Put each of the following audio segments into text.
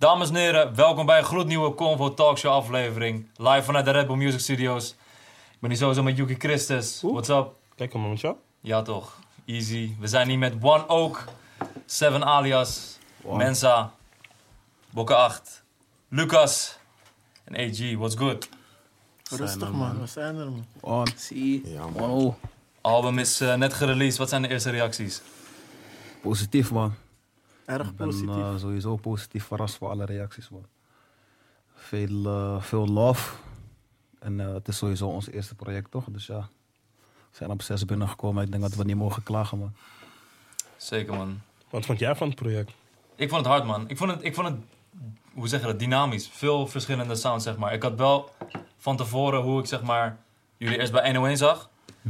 Dames en heren, welkom bij een gloednieuwe Convo Talkshow aflevering. Live vanuit de Red Bull Music Studios. Ik ben hier sowieso met Yuki Christus. What's up? Kijk hem met jou. Ja toch, easy. We zijn hier met One Oak, Seven alias, Mensa, Bokke 8, Lucas en AG. What's good? Rustig man, we zijn er man. Zie. Ja, Oh. Album is net gereleased. Wat zijn de eerste reacties? Positief, man. Erg Ik ben positief. sowieso positief verrast voor alle reacties, man. Veel love. En het is sowieso ons eerste project, toch? Dus ja, we zijn op 6 binnengekomen. Ik denk dat we niet mogen klagen, man. Zeker, man. Wat vond jij van het project? Ik vond het hard, man. Ik vond het hoe zeg je dat, dynamisch. Veel verschillende sounds, zeg maar. Ik had wel van tevoren hoe ik, zeg maar, jullie eerst bij 101 zag.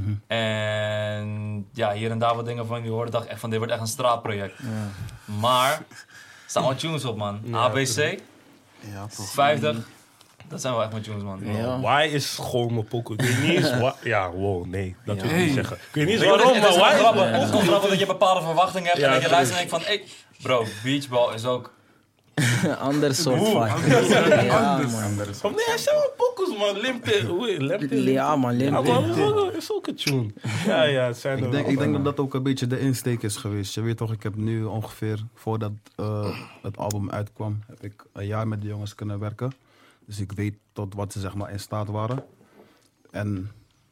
En ja, hier en daar wat dingen van jullie hoorde, dacht ik echt van, dit wordt echt een straatproject. Ja. Maar, er staan wel tunes op, man. Ja, ABC, Ja, toch. 50. Dat zijn wel echt mijn tunes, man. Ja. Why is gewoon mijn pokoe? Ik weet niet eens wat... Ja, wow, nee. Dat wil ik Hey. niet zeggen. Ik weet niet eens Weet je wat, waarom, het is maar gewoon why? grappig. Het is gewoon grappig dat je bepaalde verwachtingen hebt Ja, en dat je precies. luistert en denkt van, hey, bro, beachball is ook... Ander soort Oeh, vibe. Ja, man. Of nee, hij zijn wel pokoes, man. Limte. Ja, man. Ja, Limp. man, dat is ook een tune. Ja, het zijn er Ik denk wel. dat dat ook een beetje de insteek is geweest. Je weet toch, ik heb nu ongeveer, voordat het album uitkwam, heb ik een jaar met de jongens kunnen werken. Dus ik weet tot wat ze, zeg maar, in staat waren. En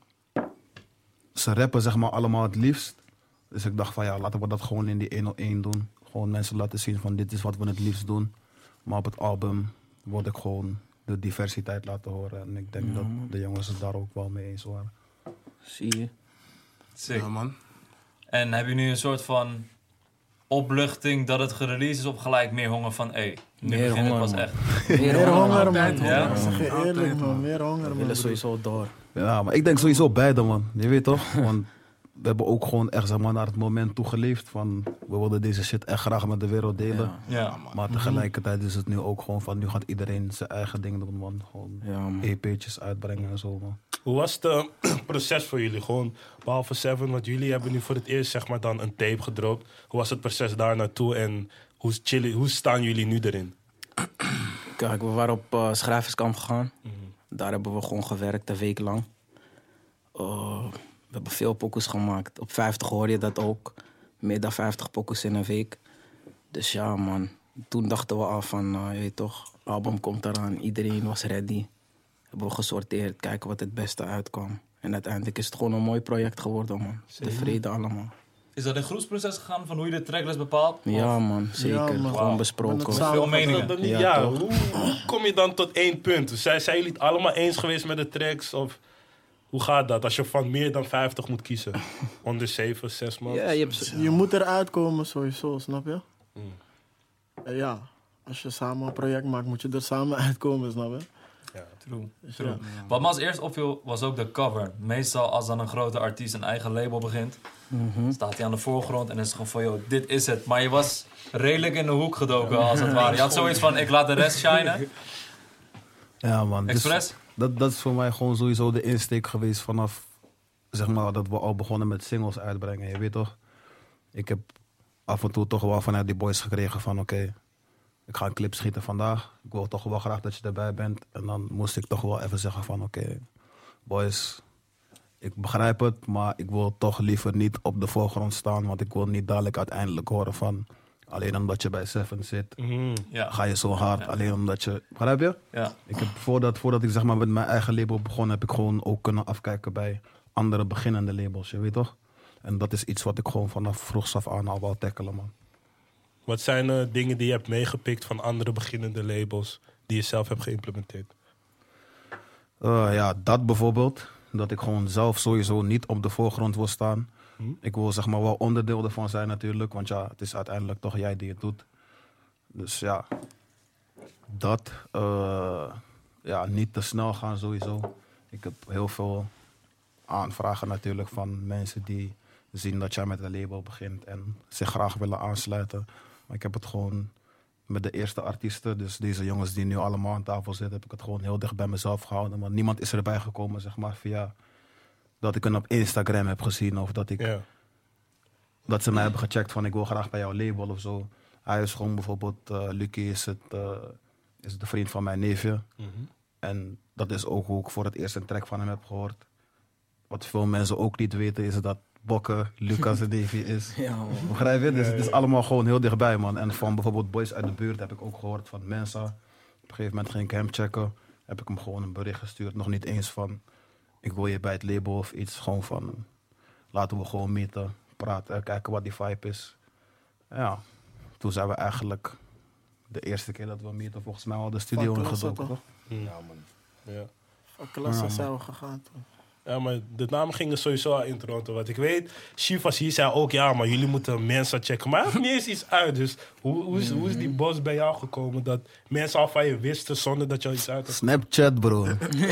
ze rappen, zeg maar, allemaal het liefst. Dus ik dacht van ja, laten we dat gewoon in die 101 doen. Gewoon mensen laten zien van dit is wat we het liefst doen. Maar op het album wil ik gewoon de diversiteit laten horen. En ik denk dat de jongens het daar ook wel mee eens waren. Zie je. Sick. Ja, man. En heb je nu een soort van opluchting dat het gereleased is, of gelijk meer honger van, nu Meer begint het honger, pas man. echt? Meer honger man. hoor. Ja? Ja? Ik zeg je eerlijk man, meer honger We man. willen sowieso door. Ja, maar ik denk sowieso beide, man. Je weet toch? Want we hebben ook gewoon echt, zeg maar, naar het moment toe geleefd van we willen deze shit echt graag met de wereld delen. Ja. Ja. Maar tegelijkertijd is het nu ook gewoon van nu gaat iedereen zijn eigen ding doen, man. Gewoon Ja, man. EP'tjes uitbrengen en zo, man. Hoe was het proces voor jullie? Gewoon, behalve Seven, want jullie hebben nu voor het eerst, zeg maar, dan een tape gedropt. Hoe was het proces daar naartoe en hoe staan jullie nu erin? Kijk, we waren op schrijverskamp gegaan. Daar hebben we gewoon gewerkt, een week lang. We hebben veel pokoes gemaakt. Op 50 hoor je dat ook. Meer dan 50 pokoes in een week. Dus ja, man. Toen dachten we al van, je weet toch, album komt eraan. Iedereen was ready. Hebben we gesorteerd, kijken wat het beste uitkwam. En uiteindelijk is het gewoon een mooi project geworden, man. Tevreden allemaal. Is dat een groepsproces gegaan van hoe je de tracklist bepaalt? Ja, man. Zeker. Ja, man. Gewoon Met besproken. het Veel meningen. Ja, Ja, toch? hoe kom je dan tot 1 punt? Zijn jullie het allemaal eens geweest met de tracks? Of hoe gaat dat als je van meer dan 50 moet kiezen? Onder 7, 6 man? Ja, je hebt... Je moet eruit komen sowieso, snap je? Ja, als je samen een project maakt, moet je er samen uitkomen, snap je? True. Dus True. ja. Wat me als eerst opviel, was ook de cover. Meestal als dan een grote artiest een eigen label begint, staat hij aan de voorgrond en is het gewoon van, joh, dit is het. Maar je was redelijk in de hoek gedoken, als het ware. Je had zoiets van, ik laat de rest shinen. Ja, man. Dus Express? dat is voor mij gewoon sowieso de insteek geweest vanaf, zeg maar, dat we al begonnen met singles uitbrengen. Je weet toch? Ik heb af en toe toch wel vanuit die boys gekregen van, oké, ik ga een clip schieten vandaag. Ik wil toch wel graag dat je erbij bent. En dan moest ik toch wel even zeggen van, oké, boys, ik begrijp het, maar ik wil toch liever niet op de voorgrond staan, want ik wil niet dadelijk uiteindelijk horen van, alleen omdat je bij Seven zit, Ja. ga je zo hard, alleen omdat je, begrijp je? Ja. Ik heb voordat ik, zeg maar, met mijn eigen label begon, heb ik gewoon ook kunnen afkijken bij andere beginnende labels, je weet toch? En dat is iets wat ik gewoon vanaf vroegs af aan al wou tackelen, man. Wat zijn dingen die je hebt meegepikt van andere beginnende labels die je zelf hebt geïmplementeerd? Ja, dat bijvoorbeeld. Dat ik gewoon zelf sowieso niet op de voorgrond wil staan. Ik wil, zeg maar, wel onderdeel ervan zijn natuurlijk. Want ja, het is uiteindelijk toch jij die het doet. Dus ja, dat. Ja, niet te snel gaan sowieso. Ik heb heel veel aanvragen natuurlijk van mensen die zien dat jij met een label begint en zich graag willen aansluiten. Maar ik heb het gewoon met de eerste artiesten, dus deze jongens die nu allemaal aan tafel zitten, heb ik het gewoon heel dicht bij mezelf gehouden. Want niemand is erbij gekomen, zeg maar, via dat ik hen op Instagram heb gezien of dat ik Ja. dat ze mij hebben gecheckt van ik wil graag bij jouw label of zo. Hij is gewoon bijvoorbeeld, Lucky is de vriend van mijn neefje. En dat is ook hoe ik voor het eerst een track van hem heb gehoord. Wat veel mensen ook niet weten is dat Bokke Lucas een neefje is. Ja, man. Begrijp je? Dus het is allemaal gewoon heel dichtbij, man. En van bijvoorbeeld boys uit de buurt heb ik ook gehoord van Mensa. Op een gegeven moment ging ik hem checken. Heb ik hem gewoon een bericht gestuurd. Nog niet eens van, ik wil je bij het label of iets. Gewoon van, laten we gewoon meeten, praten, kijken wat die vibe is. Ja, toen zijn we eigenlijk de eerste keer dat we meeten volgens mij al de studio Fuck, ingedoken, was dat toch? Ja, man. Ja. Van klasse zijn we gegaan toen. Ja, maar de namen gingen sowieso al in Toronto. Wat ik weet, Chief was hier, zei ook, ja, maar jullie moeten mensen checken. Maar hij heeft niet eens iets uit. Dus hoe is die boss bij jou gekomen? Dat mensen al van je wisten zonder dat je al iets uit had? Snapchat, bro.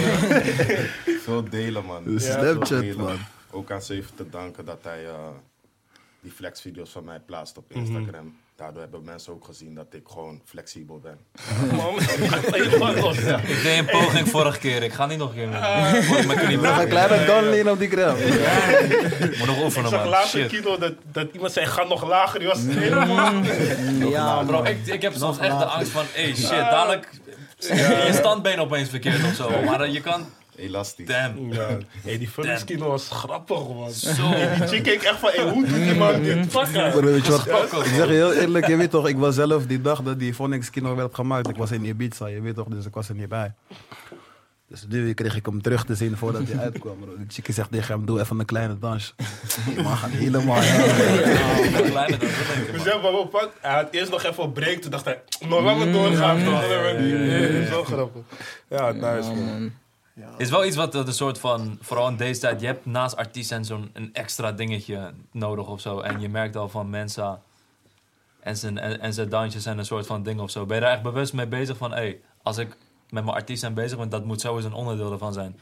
Veel delen, man. Snapchat, Veel delen. man. Ook aan Zeven te danken dat hij die flexvideo's van mij plaatst op Instagram. Daardoor hebben mensen ook gezien dat ik gewoon flexibel ben. Man, ja. Ik deed een poging vorige keer. Ik ga niet nog een keer meer. Voor ik me niet Nog een kleine gun op die gram. Ik moet nog Ik oefenen, zag man. laatste Shit. kilo dat iemand zei, ga nog lager. Die was helemaal... Ja, Bro, man. ik heb soms echt de angst van, hey shit, dadelijk je standbeen opeens verkeerd of zo. Maar je kan, Elastisch. damn. Ja. Hey, die vullingskino was grappig, man. Hey, die chick keek echt van, hey, hoe doet die man dit? Fuck, Maar weet je wat? Fuck ook, Ik zeg je heel eerlijk, je weet toch, ik was zelf die dag dat die Phonics kino werd gemaakt. Ik was in Ibiza, je weet toch, dus ik was er niet bij. Dus nu kreeg ik hem terug te zien voordat hij uitkwam. Bro. Die chickie zegt tegen hem, doe even een kleine dans. Die man gaat helemaal... Kleine dan, dat denk ik, We man. zeggen waarom, fuck. Hij had eerst nog even een break, toen dacht hij, nog langer doorgaan. Zo grappig. Ja, nice, man. Is wel iets wat een soort van, vooral in deze tijd, je hebt naast artiesten een extra dingetje nodig of zo. En je merkt al van Mensa en zijn dansjes zijn een soort van ding of zo. Ben je daar echt bewust mee bezig van, hey, als ik met mijn artiesten bezig ben, dat moet sowieso een onderdeel ervan zijn.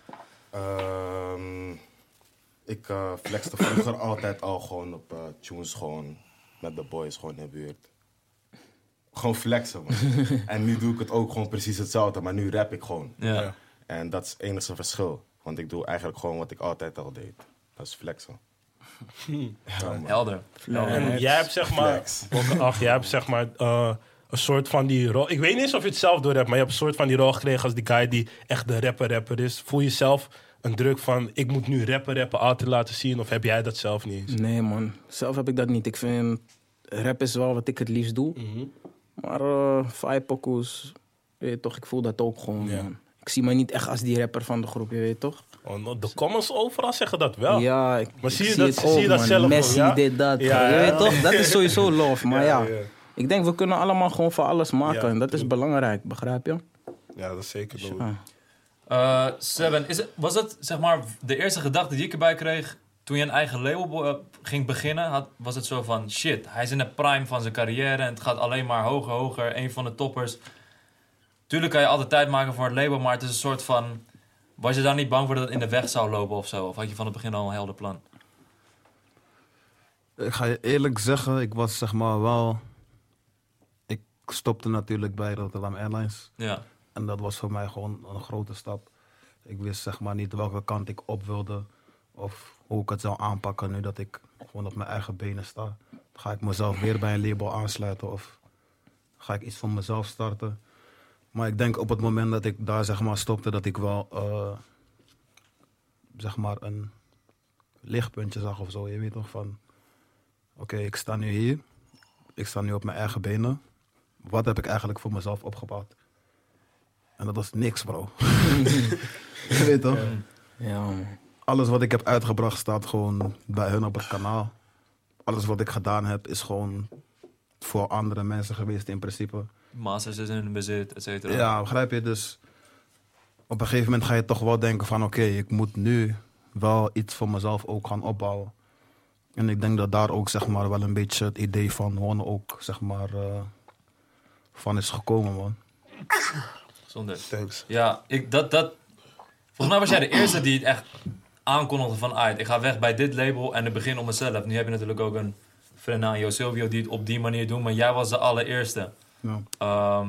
Ik flexte vroeger altijd al gewoon op tunes, gewoon met de boys, gewoon in de buurt. Gewoon flexen, man. En nu doe ik het ook gewoon precies hetzelfde, maar nu rap ik gewoon. Ja. En dat is het enige verschil. Want ik doe eigenlijk gewoon wat ik altijd al deed. Dat is flexen. Ja, man. Helder. En jij hebt zeg maar, jij hebt zeg maar een soort van die rol. Ik weet niet eens of je het zelf door hebt, maar je hebt een soort van die rol gekregen als die guy die echt de rapper is. Voel je zelf een druk van, ik moet nu rappen altijd laten zien? Of heb jij dat zelf niet eens? Nee, man. Zelf heb ik dat niet. Ik vind, rap is wel wat ik het liefst doe. Maar vibe pokoes, weet je toch, ik voel dat ook gewoon, Ja. man. Ik zie me niet echt als die rapper van de groep, je weet toch? Oh, de comments overal zeggen dat wel. Ja, ik zie je zie dat- het zie ook, je dat man. zelf ook, Messi, ja? dit, dat. Ja, je ja. weet toch? Dat is sowieso love. Maar ja, ja. ik denk we kunnen allemaal gewoon van alles maken. Ja, en dat is true. belangrijk, begrijp je? Ja, dat is zeker nodig. Ja. Seven, was het zeg maar de eerste gedachte die ik erbij kreeg toen je een eigen label ging beginnen? Was het zo van, shit, hij is in de prime van zijn carrière en het gaat alleen maar hoger, hoger, een van de toppers. Tuurlijk kan je altijd tijd maken voor het label, maar het is een soort van, was je daar niet bang voor dat het in de weg zou lopen of zo? Of had je van het begin al een helder plan? Ik ga je eerlijk zeggen, ik was zeg maar wel... Ik stopte natuurlijk bij Rotterdam Airlines. Ja. En dat was voor mij gewoon een grote stap. Ik wist zeg maar niet welke kant ik op wilde. Of hoe ik het zou aanpakken nu dat ik gewoon op mijn eigen benen sta. Ga ik mezelf weer bij een label aansluiten of ga ik iets van mezelf starten? Maar ik denk op het moment dat ik daar zeg maar stopte, dat ik wel zeg maar een lichtpuntje zag of zo. Je weet toch van, oké, ik sta nu hier. Ik sta nu op mijn eigen benen. Wat heb ik eigenlijk voor mezelf opgebouwd? En dat was niks, bro. Je weet toch? Ja, man. Alles wat ik heb uitgebracht staat gewoon bij hun op het kanaal. Alles wat ik gedaan heb is gewoon voor andere mensen geweest in principe. Masters is in hun bezit, et cetera. Ja, begrijp je? Dus op een gegeven moment ga je toch wel denken van oké, ik moet nu wel iets voor mezelf ook gaan opbouwen. En ik denk dat daar ook zeg maar wel een beetje het idee van One ook zeg maar van is gekomen, man. Zonder. Thanks. Ja, volgens mij was jij de eerste die het echt aankondigde van, ik ga weg bij dit label en ik begin op mezelf. Nu heb je natuurlijk ook een Fernando Silvio die het op die manier doet, maar jij was de allereerste. Ja.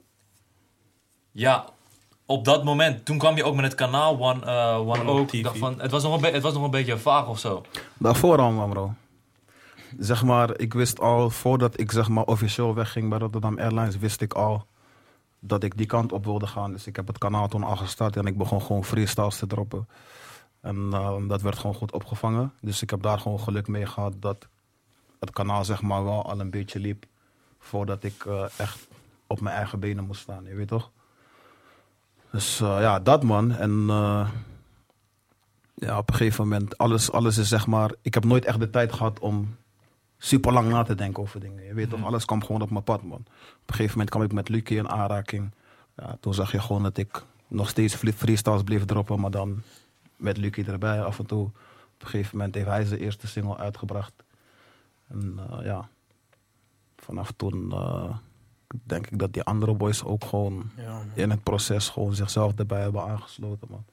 Ja, op dat moment, toen kwam je ook met het kanaal One ook. TV. Ik dacht van, het was nog een beetje vaag of zo. Daarvoor al, man, bro. zeg maar, ik wist al, voordat ik zeg maar officieel wegging bij Rotterdam Airlines, wist ik al dat ik die kant op wilde gaan. Dus ik heb het kanaal toen al gestart en ik begon gewoon freestyles te droppen. En dat werd gewoon goed opgevangen. Dus ik heb daar gewoon geluk mee gehad dat het kanaal zeg maar wel al een beetje liep. Voordat ik echt op mijn eigen benen moest staan, je weet toch? Dus ja, dat man. En ja, op een gegeven moment, alles is zeg maar... Ik heb nooit echt de tijd gehad om super lang na te denken over dingen. Je weet toch, alles kwam gewoon op mijn pad, man. Op een gegeven moment kwam ik met Lucie in aanraking. Ja, toen zag je gewoon dat ik nog steeds freestyles bleef droppen, maar dan met Lucie erbij af en toe. Op een gegeven moment heeft hij zijn eerste single uitgebracht. En ja, vanaf toen denk ik dat die andere boys ook gewoon in het proces gewoon zichzelf erbij hebben aangesloten, man.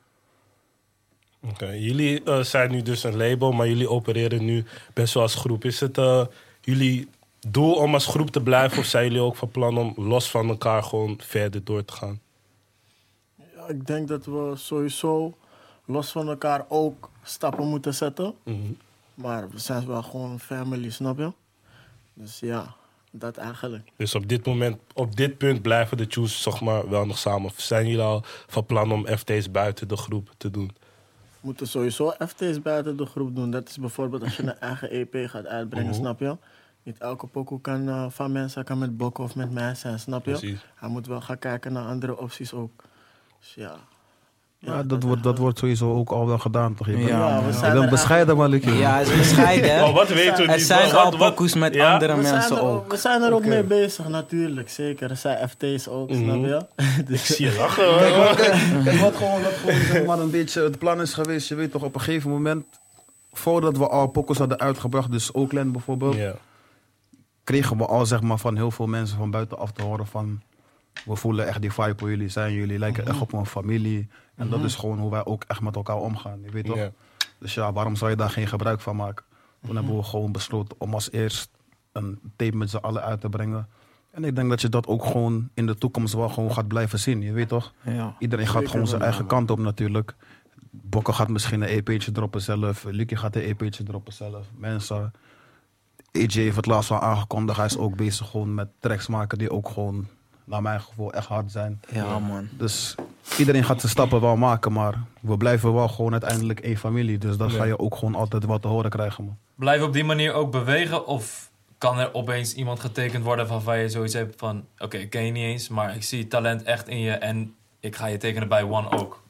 Oké, jullie zijn nu dus een label, maar jullie opereren nu best wel als groep. Is het jullie doel om als groep te blijven of zijn jullie ook van plan om los van elkaar gewoon verder door te gaan? Ja, ik denk dat we sowieso los van elkaar ook stappen moeten zetten. Maar we zijn wel gewoon family, snap je? Dus ja, dat eigenlijk. Dus op dit moment, op dit punt blijven de Choose zeg maar wel nog samen. Of zijn jullie al van plan om FT's buiten de groep te doen? We moeten sowieso FT's buiten de groep doen. Dat is bijvoorbeeld als je een eigen EP gaat uitbrengen, snap je? Niet elke pokoe kan van mensen kan met Bokken of met mij zijn, snap je? Precies. Hij moet wel gaan kijken naar andere opties ook. Dus ja. Ja, dat wordt sowieso ook al wel gedaan, toch? Je bent, Ja, we je zijn bent er bescheiden, maar Lucie. Ja, het is bescheiden, hè? Oh, wat weten we Er niet? zijn al pokoes met ja? andere We zijn mensen er ook. we zijn er ook mee bezig, natuurlijk. Zeker. Er zijn FT's ook, snap je? Dus, Ik zie je lachen, hoor. Kijk, wat gewoon zeg maar een beetje het plan is geweest. Je weet toch, op een gegeven moment, voordat we al pokkers hadden uitgebracht, dus Oakland bijvoorbeeld, Ja. kregen we al zeg maar van heel veel mensen van buitenaf te horen van, we voelen echt die vibe hoe jullie zijn. Jullie lijken echt op een familie. En dat is gewoon hoe wij ook echt met elkaar omgaan. Je weet toch? Ja. Dus ja, waarom zou je daar geen gebruik van maken? Toen hebben we gewoon besloten om als eerst een tape met z'n allen uit te brengen. En ik denk dat je dat ook gewoon in de toekomst wel gewoon gaat blijven zien. Je weet toch? Ja. Iedereen gaat gewoon zijn eigen kant op natuurlijk. Bokken gaat misschien een EP'tje droppen zelf. Lucie gaat een EP'tje droppen zelf. Mensen... AJ heeft het laatst al aangekondigd. Hij is ook bezig gewoon met tracks maken die ook gewoon, naar mijn gevoel, echt hard zijn. Ja, man. Dus iedereen gaat zijn stappen wel maken, maar we blijven wel gewoon uiteindelijk één familie. Dus dan ga je ook gewoon altijd wat te horen krijgen, man. Blijf je op die manier ook bewegen? Of kan er opeens iemand getekend worden waarvan je zoiets hebt van... Oké, ik ken je niet eens, maar ik zie talent echt in je en ik ga je tekenen bij One ook.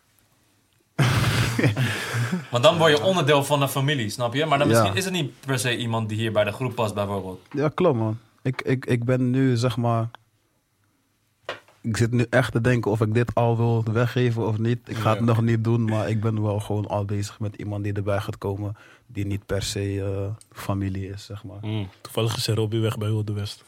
Want dan word je onderdeel van een familie, snap je? Maar dan misschien is het niet per se iemand die hier bij de groep past, bijvoorbeeld. Ja, klopt, man. Ik ben nu, zeg maar... Ik zit nu echt te denken of ik dit al wil weggeven of niet. Ik ga het nog niet doen, maar ik ben wel gewoon al bezig met iemand die erbij gaat komen... die niet per se familie is, zeg maar. Toevallig is er Robbie weg bij Wilde West.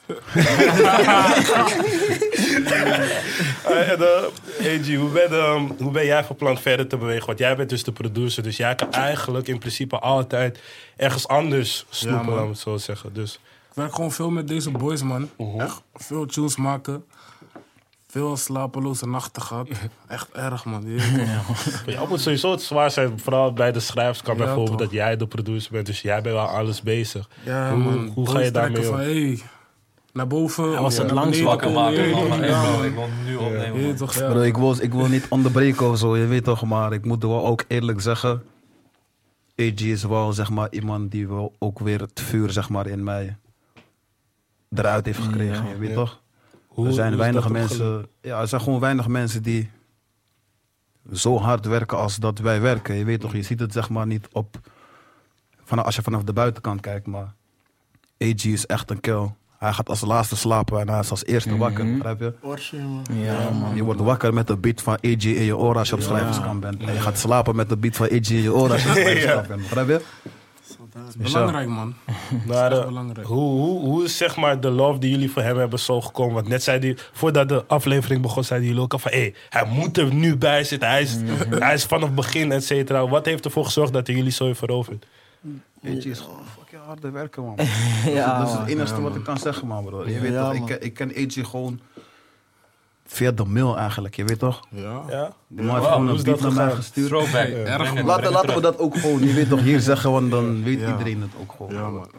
AG, hoe ben jij van plan verder te bewegen? Want jij bent dus de producer, dus jij kan eigenlijk in principe altijd ergens anders snoepen, man. laat me het zo zeggen. Dus, Ik werk gewoon veel met deze boys, man. Echt veel tunes maken. Veel slapeloze nachten gehad. Echt erg, man. voor jou moet sowieso het zwaar zijn, vooral bij de schrijverskant Ja, bijvoorbeeld, toch. dat jij de producer bent, dus jij bent wel alles bezig. Ja, Hoe- man. hoe ga Boys je daarmee trekken om? van, hey, naar boven. Hij was of het naar langs beneden Wakker komen. maken, Ja, man. Hey, bro, man. ik wil nu opnemen, Je weet man. toch, ja. Bro, ik wil niet onderbreken of zo, je weet toch, maar ik moet wel ook eerlijk zeggen... AG is wel, zeg maar, iemand die wel ook weer het vuur, zeg maar, in mij eruit heeft gekregen, je weet toch? Er zijn weinig mensen, er zijn gewoon weinig mensen die zo hard werken als dat wij werken. Je weet toch, je ziet het zeg maar niet op, als je vanaf de buitenkant kijkt, maar AG is echt een kill. Hij gaat als laatste slapen en hij is als eerste wakker, begrijp je? Porsche, man. Ja, man. Je wordt wakker met de beat van AG in je oren als je op schrijverskamp bent. En je gaat slapen met de beat van AG in je oren als je op schrijverskamp bent, begrijp je? Belangrijk, man. Maar, echt belangrijk. hoe is zeg maar de love die jullie voor hem hebben zo gekomen? Want net zei hij, voordat de aflevering begon, zei jullie ook al van... Hey, hij moet er nu bij zitten. Hij is vanaf het begin, et cetera. Wat heeft ervoor gezorgd dat hij jullie zo heeft veroverd? AG is gewoon fucking harde werken, man. Ja, Dat is het man. enige wat ik kan zeggen, man, bro. Je weet Ja, toch, man. ik ken AG gewoon via de mail eigenlijk, je weet toch? Ja. Ja? Die man heeft Wauw, gewoon hoe een is beat dat naar mij gegaan? gestuurd. Throwback. Erg, Breng het Laten we terug. dat ook gewoon, je weet toch, hier zeggen, want dan weet Ja. iedereen het ook gewoon. Ja, man.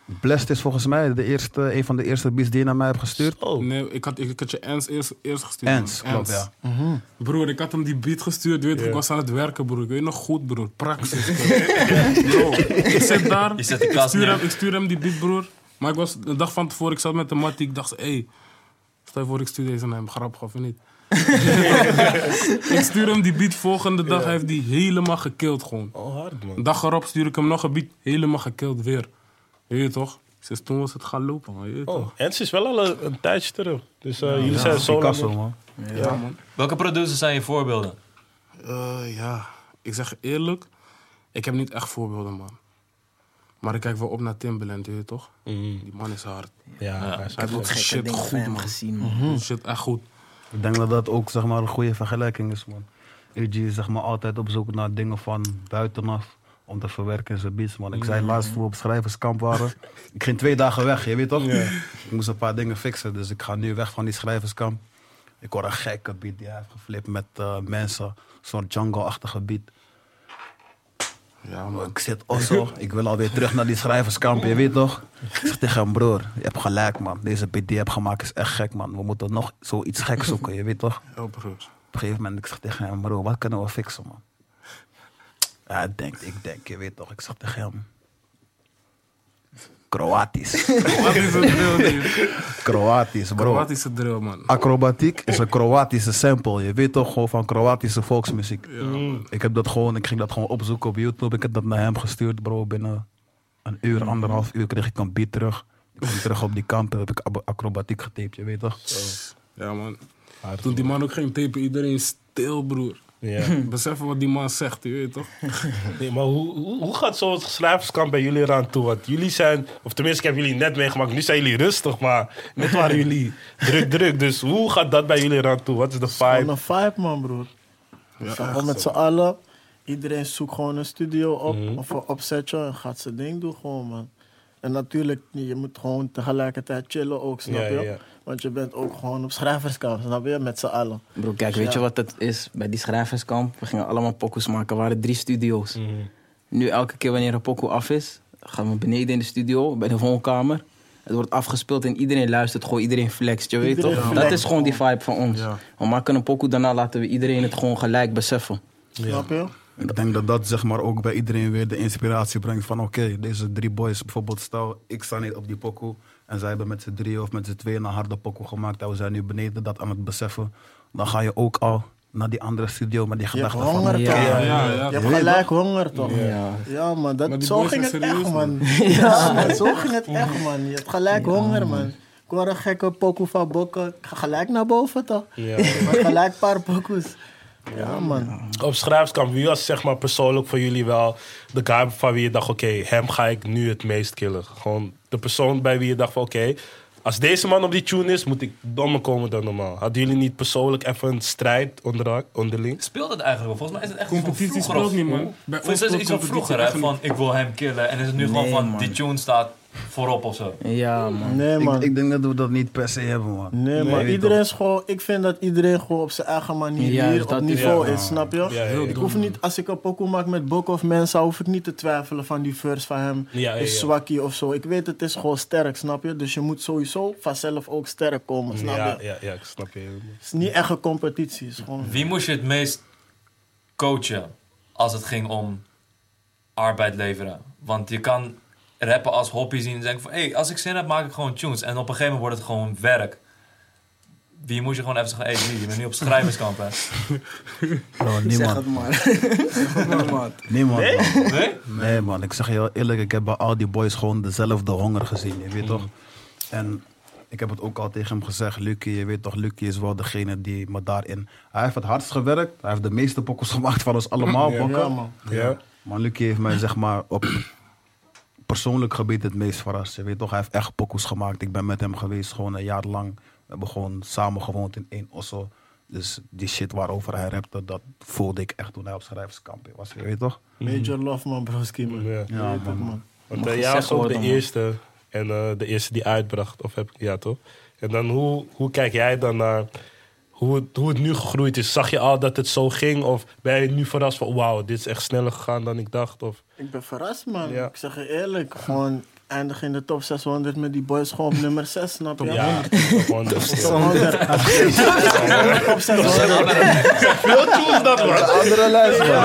Blessed is volgens mij een van de eerste beats die je naar mij hebt gestuurd. Oh. Nee, ik had je Ens eerst gestuurd. Ens, man. klopt, Ens. ja. Broer, ik had hem die beat gestuurd. Weet je, Ja. ik was aan het werken, broer. Ik weet nog goed, broer. Praxis. Bro, ik zit daar. Je zet die kast neer. Ik stuur hem die beat, broer. Maar ik was de dag van tevoren, ik zat met de mattie. Ik dacht, stel je voor, ik stuur deze naar hem. Grappig of niet? Ik stuur hem die beat volgende dag. Hij heeft die helemaal gekild gewoon. Oh, hard, man. Een dag erop stuur ik hem nog een beat. Helemaal gekild weer. Weet je toch? Sinds toen was het gaan lopen, man. Weet je toch? Oh, Ens is wel al een tijdje terug. Dus jullie zijn zo lang... Picasso, man. Ja, man. Welke producers zijn je voorbeelden? Ja, ik zeg je eerlijk. Ik heb niet echt voorbeelden, man. Maar ik kijk wel op naar Timbaland, weet je toch? Die man is hard. Ja, hij is Ik heb ook hard. gekke Shit, dingen goed, van hem man. gezien, man. Shit, echt goed. Ik denk dat dat ook zeg maar, een goede vergelijking is, man. AG is zeg maar, altijd op zoek naar dingen van buitenaf om te verwerken in zijn beats, man. Ik zei laatst toen we op schrijverskamp waren. Ik ging 2 dagen weg, je weet toch? Ik moest een paar dingen fixen, dus ik ga nu weg van die schrijverskamp. Ik hoor een gekke beat die hij heeft geflipt met mensen. Een soort jungle-achtige beat. Ja, man. Ik zit zo, ik wil alweer terug naar die schrijverskamp, je weet toch? Ik zeg tegen hem, broer, je hebt gelijk, man. Deze beat die je hebt gemaakt is echt gek, man. We moeten nog zoiets gek zoeken, je weet toch? Ja, broer. Op een gegeven moment, ik zeg tegen hem, bro, wat kunnen we fixen, man? Ja, ik denk, je weet toch. Ik zeg tegen hem, Kroatisch. Wat is het drill, dude? Kroatisch, bro. Wat is het drill, man? Acrobatiek is een Kroatische sample. Je weet toch gewoon van Kroatische volksmuziek. Ik ging dat gewoon opzoeken op YouTube. Ik heb dat naar hem gestuurd, bro. Binnen een uur, 1,5 uur kreeg ik een beat terug. Ik kwam terug op die kamp, heb ik acrobatiek getaped, je weet toch? Ja, man. Toen die man ook ging tapen, iedereen stil, broer. Ja. Besef wat die man zegt, je weet toch? Nee, maar hoe gaat zo'n schrijverskamp bij jullie eraan toe? Want jullie zijn, of tenminste, ik heb jullie net meegemaakt. Nu zijn jullie rustig, maar net waren jullie druk. Dus hoe gaat dat bij jullie eraan toe? Wat is de Gewoon vibe? een vibe, man, broer. Gewoon met z'n allen. Iedereen zoekt gewoon een studio op of een opzetje en gaat zijn ding doen gewoon, man. En natuurlijk, je moet gewoon tegelijkertijd chillen ook, snap Ja, je? ja. Want je bent ook gewoon op schrijverskamp, snap je? Met z'n allen. Bro, kijk, weet je wat het is? Bij die schrijverskamp, we gingen allemaal pokoes maken. Er waren 3 studio's. Nu elke keer wanneer een pokoe af is, gaan we beneden in de studio, bij de woonkamer. Het wordt afgespeeld en iedereen luistert, gewoon iedereen flext, je weet Iedereen toch? flext Dat is gewoon die gewoon. vibe van ons. Ja. We maken een pokoe, daarna laten we iedereen het gewoon gelijk beseffen. Snap je? Ik denk dat dat zeg maar ook bij iedereen weer de inspiratie brengt van oké, deze 3 boys, bijvoorbeeld stel, ik sta niet op die pokoe en zij hebben met z'n 3 of met z'n 2 een harde pokoe gemaakt en we zijn nu beneden dat aan het beseffen. Dan ga je ook al naar die andere studio met die Je hebt gedachte van honger, Ja, toch? ja. Je hebt gelijk honger, toch? Ja. Ja, man, Maar dat, die zo boys ging zijn het echt, serieus, man. Ja, man, zo ging het echt, man. Je hebt gelijk honger, man. Ik hoor een gekke pokoe van Bokken. Ik ga gelijk naar boven, toch? Ja. Maar gelijk een paar pokoes. Ja, man. Op schrijverskamp, wie was zeg maar persoonlijk voor jullie wel de guy van wie je dacht, oké, hem ga ik nu het meest killen? Gewoon de persoon bij wie je dacht van, oké, als deze man op die tune is, moet ik dommer komen dan normaal. Hadden jullie niet persoonlijk even een strijd onderling? Speelt het eigenlijk wel? Volgens mij is het echt iets van Competitie vroeger speelt of- niet, man. Bij Volgens mij is het iets van vroeger, hè? Van ik wil hem killen. En is het nu gewoon Nee, van man. die tune staat voorop of zo. Ja, man. Nee, man. Ik denk dat we dat niet per se hebben, man. Nee, je maar weet iedereen toch. is gewoon... Ik vind dat iedereen gewoon op zijn eigen manier Juist, hier op dat is- niveau ja. is, snap je? Ja, Ik hoef niet... Als ik een pokoe maak met Bok of Mensa, hoef ik niet te twijfelen van die verse van hem Ja, is zwakkie of zo. Ik weet, het is gewoon sterk, snap je? Dus je moet sowieso vanzelf ook sterk komen, snap je? Ja, ik snap je. Het is niet echt een competitie, het is gewoon... Wie moest je het meest coachen als het ging om arbeid leveren? Want je kan rappen als hobby zien en denken van... Hey, als ik zin heb, maak ik gewoon tunes. En op een gegeven moment wordt het gewoon werk. Wie moest je gewoon even zeggen... Hey, je bent nu op schrijverskamp, hè? Bro, Zeg niemand. het maar. Zeg het maar, man. Niemand, man. Nee? Nee, man. Ik zeg je heel eerlijk, ik heb bij al die boys gewoon dezelfde honger gezien, je weet toch? En ik heb het ook al tegen hem gezegd, Lucky, je weet toch, Lucky is wel degene die me daarin... Hij heeft het hardst gewerkt, hij heeft de meeste pokkels gemaakt van ons allemaal, Bokken. Ja, man. Ja. Maar Lucky heeft mij zeg maar op persoonlijk gebied het meest verrast. Je weet toch, hij heeft echt pokkels gemaakt. Ik ben met hem geweest gewoon een jaar lang. We hebben gewoon samen gewoond in 1 Osso. Dus die shit waarover hij rapte, dat voelde ik echt toen hij op schrijverskamp was. Je weet toch? Major love, man, broski, man. Ja. Je weet het, man. Want Mag jij gezegd was ook worden, de man. eerste. En de eerste die uitbracht. Of heb ik, ja, toch? En dan hoe kijk jij dan naar hoe het nu gegroeid is? Zag je al dat het zo ging? Of ben je nu verrast van, wauw, dit is echt sneller gegaan dan ik dacht? Of... Ik ben verrast, man. Ja. Ik zeg je eerlijk, gewoon... eindig in de top 600 met die boys gewoon op nummer 6, snap je? Ja, gewoon Top 100. Top 600. veel tunes dat, man. Andere lijst, man.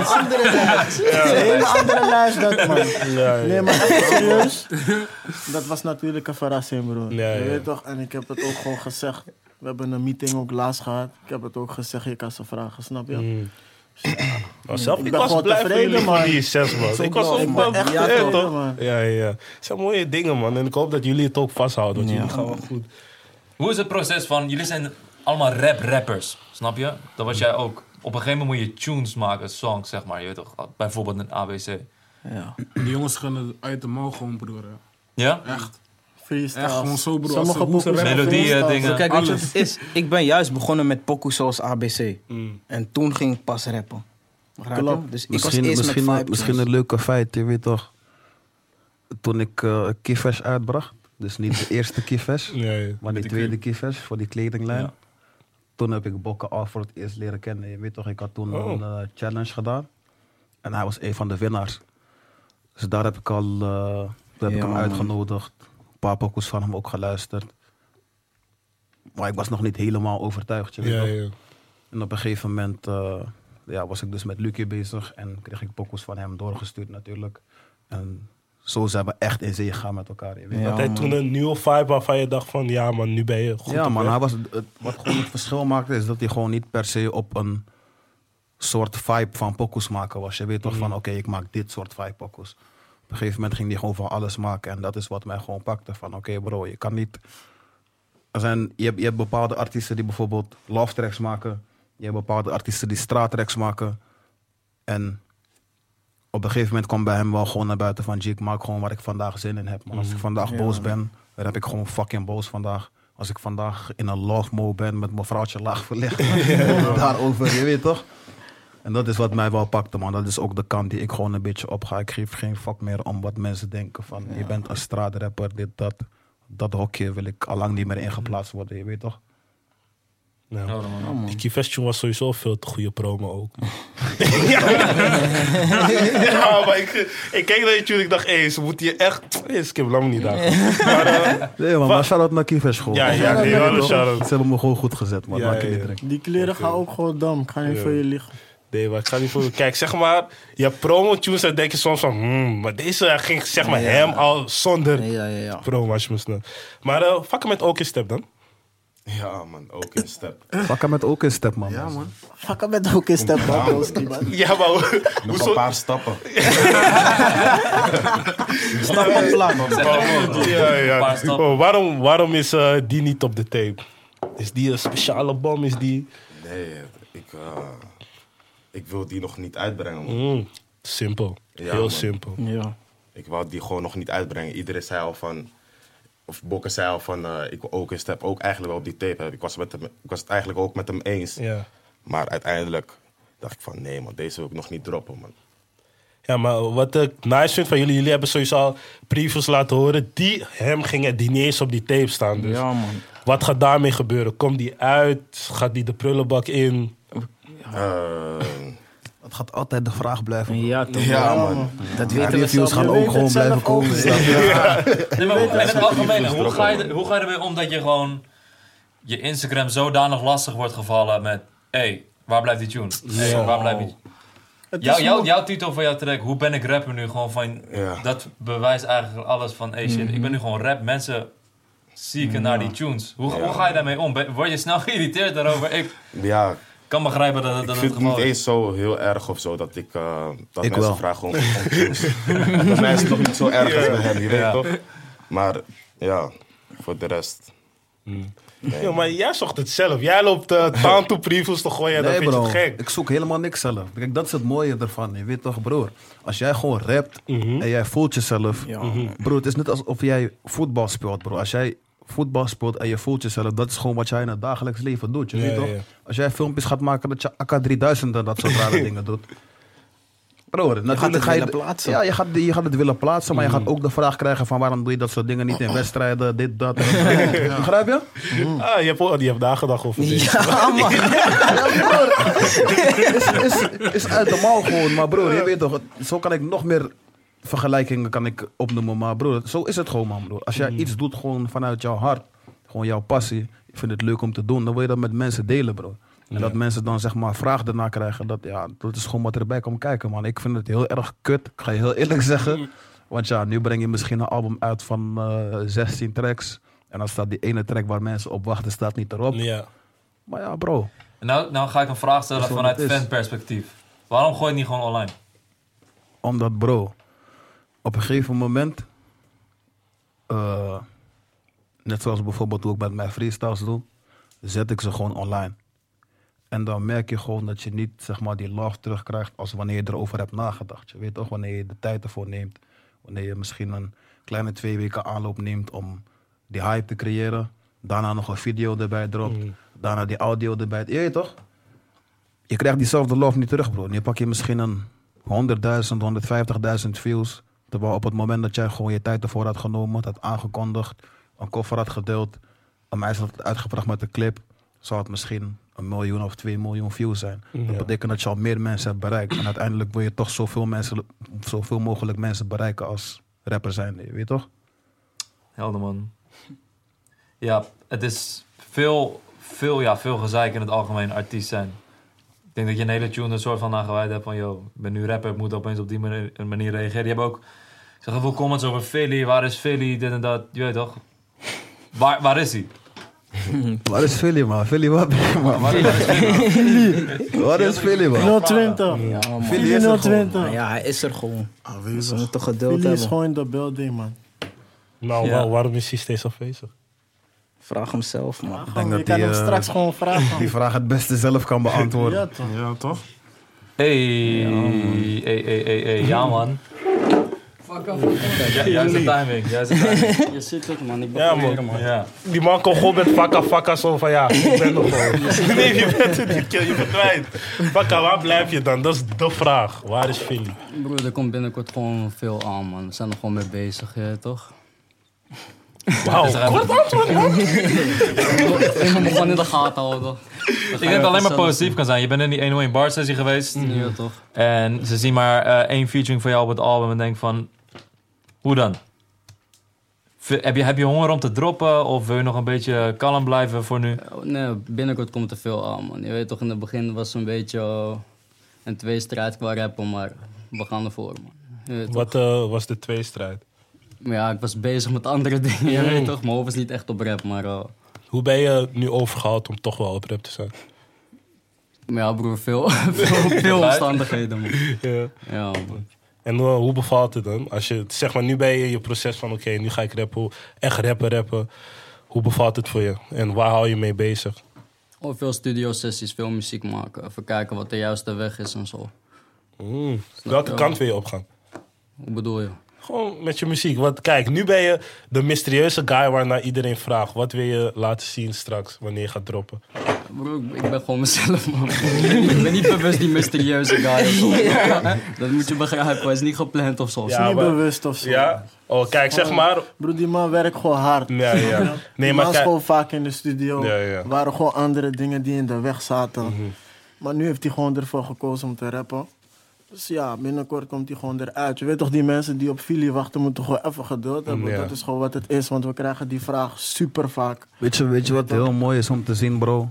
Een hele andere lijst, dat, man. Nee, maar echt serieus. Dat was natuurlijk een verrassing, broer. Ja, ja. Je weet toch? En ik heb het ook gewoon gezegd. We hebben een meeting ook laatst gehad. Ik heb het ook gezegd, je kan ze vragen, snap je? Zelf, Ik ik ben was gewoon blij voor tevreden, jullie man. van die 6, man. Ik was ook Ik ben echt ja, tevreden, toch? man. Ja. Het zijn mooie dingen, man. En ik hoop dat jullie het ook vasthouden. Want jullie gaan wel goed. Hoe is het proces van, jullie zijn allemaal rappers, snap je? Dat was jij ook. Op een gegeven moment moet je tunes maken, songs, zeg maar. Je weet toch, bijvoorbeeld een ABC. Ja. Die jongens gaan het uit de mouw gewoon, broer. Hè. Ja? Echt. Freestyle. Echt gewoon zo, broer. Sommige Als ze pokoes rappen- zijn Melodieën, freestyle. dingen. Kijk, weet je wat Alles. het is? Ik ben juist begonnen met pokoes zoals ABC. En toen ging ik pas rappen. Begrijp je? Klopt. Dus ik was Misschien, eerst misschien, met misschien een leuke feit, je weet toch. Toen ik Kifesh uitbracht, dus niet de eerste Kifesh, Nee. maar die de tweede Kifesh voor die kledinglijn. Ja. Toen heb ik Bokke al voor het eerst leren kennen. Je weet toch, ik had toen Oh. een challenge gedaan. En hij was een van de winnaars. Dus daar heb ik al heb ik Ja, hem man. uitgenodigd. Een paar pokoes van hem ook geluisterd. Maar ik was nog niet helemaal overtuigd. Je weet Ja, toch? ja. En op een gegeven moment was ik dus met Lucie bezig. En kreeg ik pokoes van hem doorgestuurd natuurlijk. En zo zijn we echt in zee gegaan met elkaar. Je weet Ja, Had hij man. toen een nieuwe vibe waarvan je dacht van... Ja, man, nu ben je goed ja, op man, weg. hij was, wat gewoon het verschil maakte is dat hij gewoon niet per se op een soort vibe van pokoes maken was. Je weet toch van, oké, ik maak dit soort vibe pokoes. Op een gegeven moment ging hij gewoon van alles maken. En dat is wat mij gewoon pakte. Van, oké, bro, je kan niet... Je hebt bepaalde artiesten die bijvoorbeeld love tracks maken. Je hebt bepaalde artiesten die straattracks maken. En op een gegeven moment kwam bij hem wel gewoon naar buiten van... ik maak gewoon waar ik vandaag zin in heb. Maar als ik vandaag boos ben, dan heb ik gewoon fucking boos vandaag. Als ik vandaag in een love mode ben met mijn vrouwtje laag verlicht. Daarover, je weet toch? En dat is wat mij wel pakte, man. Dat is ook de kant die ik gewoon een beetje opga. Ik geef geen fuck meer om wat mensen denken van... je bent een straatrapper, dit, dat. Dat hokje wil ik allang niet meer ingeplaatst worden, je weet toch? Ja. Oh, man. Die Kifesh was sowieso veel te goede promo ook. ja, maar ik keek naar je tune en ik dacht... Hé, ze moeten je echt... Skip, laat me niet daar. Maar, Nee, man, maar shout-out naar Kievesh gewoon. ja, nee, wel een shout-out. Ze hebben me gewoon goed gezet, man. Ja, Maak je ja. niet druk. Die kleren gaan ook gewoon dom. Ik ga niet voor je liegen. Nee, maar ik ga niet voor... Kijk, zeg maar... Je hebt promo-tunes en denk je soms van... maar deze ging zeg maar hem al zonder Ja. promo, als je me snapt. Maar fucken met OK Step dan? Ja, man, ook in step. Pakken met ook een step, man. Ja, man. Fuck met ook in step, man. Broski, man. Ja, maar Nog hoezo? een paar stappen. Stappenplan. Ja. Paar stappen. Oh, waarom is die niet op de tape? Is die een speciale bom? Is die... Nee, ik wil die nog niet uitbrengen, man. Simpel. Ja, Heel man. simpel. Ja. Ik wou die gewoon nog niet uitbrengen. Iedereen zei al van... Of Bokke zei al van... ik wil ook een step ook eigenlijk wel op die tape hebben. Ik was het eigenlijk ook met hem eens. Ja. Maar uiteindelijk dacht ik van... Nee, man, deze wil ik nog niet droppen, man. Ja, maar wat ik nice vind van jullie hebben sowieso al previews laten horen die hem gingen, die niet eens op die tape staan. Dus Ja, man. wat gaat daarmee gebeuren? Komt die uit? Gaat die de prullenbak in? Het gaat altijd de vraag blijven. Ja, toch? Ja, man. Dat Ja, weten we die views zelf. gaan Je ook weet gewoon het zelf blijven ook, komen. snap je? Nee, maar in het algemeen, hoe ga je droppen. ermee om dat je gewoon je Instagram zodanig lastig wordt gevallen met... Hé, waar blijft die tune? Hey, waar blijft die... Het is Jouw titel van jouw track, hoe ben ik rapper nu? Gewoon van, Ja. dat bewijst eigenlijk alles van, hey shit, ik ben nu gewoon rap. Mensen zieken naar die tunes. Hoe ga je daarmee om? Word je snel geïrriteerd daarover? Ik Ja, kan begrijpen dat ik het vind het geval niet is. eens zo heel erg of zo dat dat Ik mensen wel. vragen om tunes. Bij mij is het nog niet zo erg als bij hem, je weet Ja. toch? Maar ja, voor de rest... Ja, maar jij zocht het zelf. Jij loopt Tanto previews te gooien en dan Nee, vind je bro. het gek. Ik zoek helemaal niks zelf. Kijk, dat is het mooie ervan. Je weet toch, broer. Als jij gewoon rapt en jij voelt jezelf. Ja. Bro, het is net alsof jij voetbal speelt, bro. Als jij voetbal speelt en je voelt jezelf, dat is gewoon wat jij in het dagelijks leven doet. Je weet toch? ja. Als jij filmpjes gaat maken dat je AK3000 en dat soort rare dingen doet. Bro, natuurlijk ga je willen plaatsen. Ja, je gaat het willen plaatsen, maar je gaat ook de vraag krijgen van waarom doe je dat soort dingen niet in wedstrijden, dit, dat. Begrijp je? Ah, je hebt nagedacht over dit. Ja, man. Is uit de mouw gewoon, maar broer, je weet toch, zo kan ik nog meer vergelijkingen kan ik opnoemen, maar bro, zo is het gewoon, man, bro. Als jij iets doet gewoon vanuit jouw hart, gewoon jouw passie, je vindt het leuk om te doen, dan wil je dat met mensen delen, bro. En dat mensen dan zeg maar vraag ernaar krijgen, dat is gewoon wat erbij komt kijken, man. Ik vind het heel erg kut, ik ga je heel eerlijk zeggen. Want ja, nu breng je misschien een album uit van 16 tracks. En dan staat die ene track waar mensen op wachten, staat niet erop. Ja. Maar ja, bro. En nou ga ik een vraag stellen vanuit fanperspectief. Waarom gooi je het niet gewoon online? Omdat, bro, op een gegeven moment, net zoals bijvoorbeeld hoe ik met mijn freestyles doe, zet ik ze gewoon online. En dan merk je gewoon dat je niet zeg maar, die love terugkrijgt als wanneer je erover hebt nagedacht. Je weet toch, wanneer je de tijd ervoor neemt. Wanneer je misschien een kleine 2 weken aanloop neemt om die hype te creëren. Daarna nog een video erbij dropt. Daarna die audio erbij. Je weet toch? Je krijgt diezelfde love niet terug, bro. Nu pak je misschien een 100.000, 150.000 views. Terwijl op het moment dat jij gewoon je tijd ervoor had genomen, had aangekondigd, een koffer had gedeeld, een meisje had uitgebracht met een clip, zou het misschien 1 miljoen of 2 miljoen views zijn. Dat betekent dat je al meer mensen hebt bereikt. En uiteindelijk wil je toch zoveel mogelijk mensen bereiken als rapper zijn. Je weet toch? Helder, man. Ja, het is veel gezeik in het algemeen artiest zijn. Ik denk dat je een hele tune een soort van nagewijd hebt van, yo, ik ben nu rapper, ik moet opeens op die manier reageren. Die hebben ook, ik zag heel veel comments over Philly, waar is Philly, dit en dat. Je weet toch? Waar is hij? Waar is Philly, man? Philly, wat ben je, man? Waar is Philly, man? 020. Ja, man. Philly is er gewoon. Ja, hij is er gewoon. Aanwezig. Ze moeten geduld Philly is hebben. gewoon in de building, man. Nou, Ja. waarom is hij steeds afwezig? Vraag hem zelf, man. denk Je dat kan die, hem straks gewoon vragen. Die vraag het beste zelf kan beantwoorden. Ja, toch? Ja, toch? Hey, ja man. Fuck off. Juist de timing, Je zit het, man. Ik Ja, ben man. proberen, man. Ja. Die man komt gewoon met fakka zo van ja, ik ben nog gewoon. Nee, je bent het niet, je verdwijnt. Fakka, waar blijf je dan? Dat is de vraag. Waar is Philly? Broer, er komt binnenkort gewoon veel aan, man. We zijn er gewoon mee bezig, toch? Wauw, Ik moet me gewoon in de gaten houden. Ik denk dat het alleen maar positief kan zijn. Je bent in die 101 bar sessie geweest. Ja, toch? En ze zien maar 1 featuring van jou op het album en denken van, hoe dan? Heb je honger om te droppen of wil je nog een beetje kalm blijven voor nu? Nee, binnenkort komt er veel aan, man. Je weet toch, in het begin was het een beetje een tweestrijd qua rappen, maar we gaan ervoor, man. Je weet toch? wat was de tweestrijd? Maar ja, ik was bezig met andere dingen, je weet toch? Mijn hoofd was niet echt op rap, maar Hoe ben je nu overgehaald om toch wel op rap te zijn? ja, broer, veel omstandigheden, man. Ja. Ja, man. En hoe bevalt het dan? Als je, zeg maar, nu ben je in je proces van oké, nu ga ik rappen, echt rappen. Hoe bevalt het voor je? En waar hou je mee bezig? Gewoon veel studiosessies, veel muziek maken. Even kijken wat de juiste weg is en zo. Welke kant wil je opgaan? Hoe bedoel je? Gewoon met je muziek. Want kijk, nu ben je de mysterieuze guy waarnaar iedereen vraagt. Wat wil je laten zien straks, wanneer je gaat droppen? Bro, ik ben gewoon mezelf, man. Ik ben niet bewust die mysterieuze guy of zo. Dat moet je begrijpen, hij is niet gepland of zo. Ja, Niet maar- bewust of zo. Ja? Oh, kijk, zeg maar... Broer, die man werkt gewoon hard. Ja. Die Nee, man maar is kijk... gewoon vaak in de studio. Ja. Er waren gewoon andere dingen die in de weg zaten. Maar nu heeft hij gewoon ervoor gekozen om te rappen. Dus ja, binnenkort komt hij gewoon eruit. Je weet toch, die mensen die op Philly wachten moeten gewoon even geduld hebben. Ja. Dat is gewoon wat het is, want we krijgen die vraag super vaak. Weet je wat heel mooi is om te zien, bro?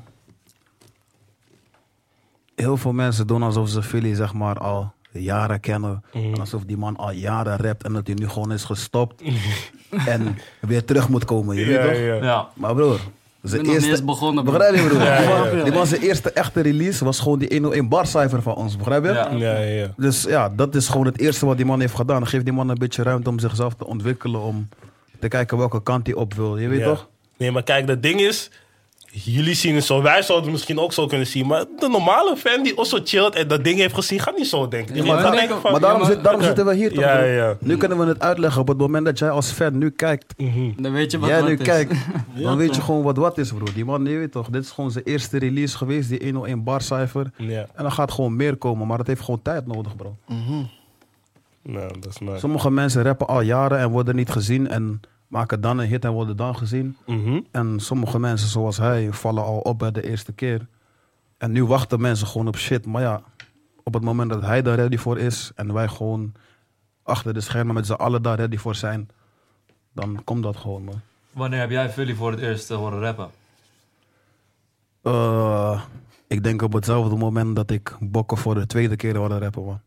Heel veel mensen doen alsof ze Philly zeg maar al jaren kennen. En alsof die man al jaren rapt en dat hij nu gewoon is gestopt. En weer terug moet komen, je weet toch? Ja. Ja. Maar broer, Ik ben nog niet eens begonnen, bro. begrijp je, broer? ja. Die man zijn eerste echte release was gewoon die 101 barcijfer van ons, begrijp je? Ja. Dus ja, dat is gewoon het eerste wat die man heeft gedaan. Dan geeft die man een beetje ruimte om zichzelf te ontwikkelen, om te kijken welke kant hij op wil. Je weet Ja. toch? Nee, maar kijk, dat ding is... Jullie zien het zo, wij zouden het misschien ook zo kunnen zien. Maar de normale fan die ook zo chillt en dat ding heeft gezien, gaat niet zo denken. Die Ja, gaat maar denken van... Maar daarom, maar- daarom zitten we hier toch, Ja, bro? ja. Nu kunnen we het uitleggen op het moment dat jij als fan nu kijkt. Dan weet je wat Jij wat nu is. kijkt, dan weet je gewoon wat is, bro. Die man, je weet toch, dit is gewoon zijn eerste release geweest, die 101 barcijfer. Ja, En dan gaat gewoon meer komen, maar dat heeft gewoon tijd nodig, bro. nou, dat is nice. Sommige mensen rappen al jaren en worden niet gezien en maken dan een hit en worden dan gezien. En sommige mensen, zoals hij, vallen al op bij de eerste keer. En nu wachten mensen gewoon op shit. Maar ja, op het moment dat hij daar ready voor is en wij gewoon achter de schermen met z'n allen daar ready voor zijn, dan komt dat gewoon, man. Wanneer heb jij Philly voor het eerst horen rappen? Ik denk op hetzelfde moment dat ik Bokken voor de tweede keer hoorde rappen, man.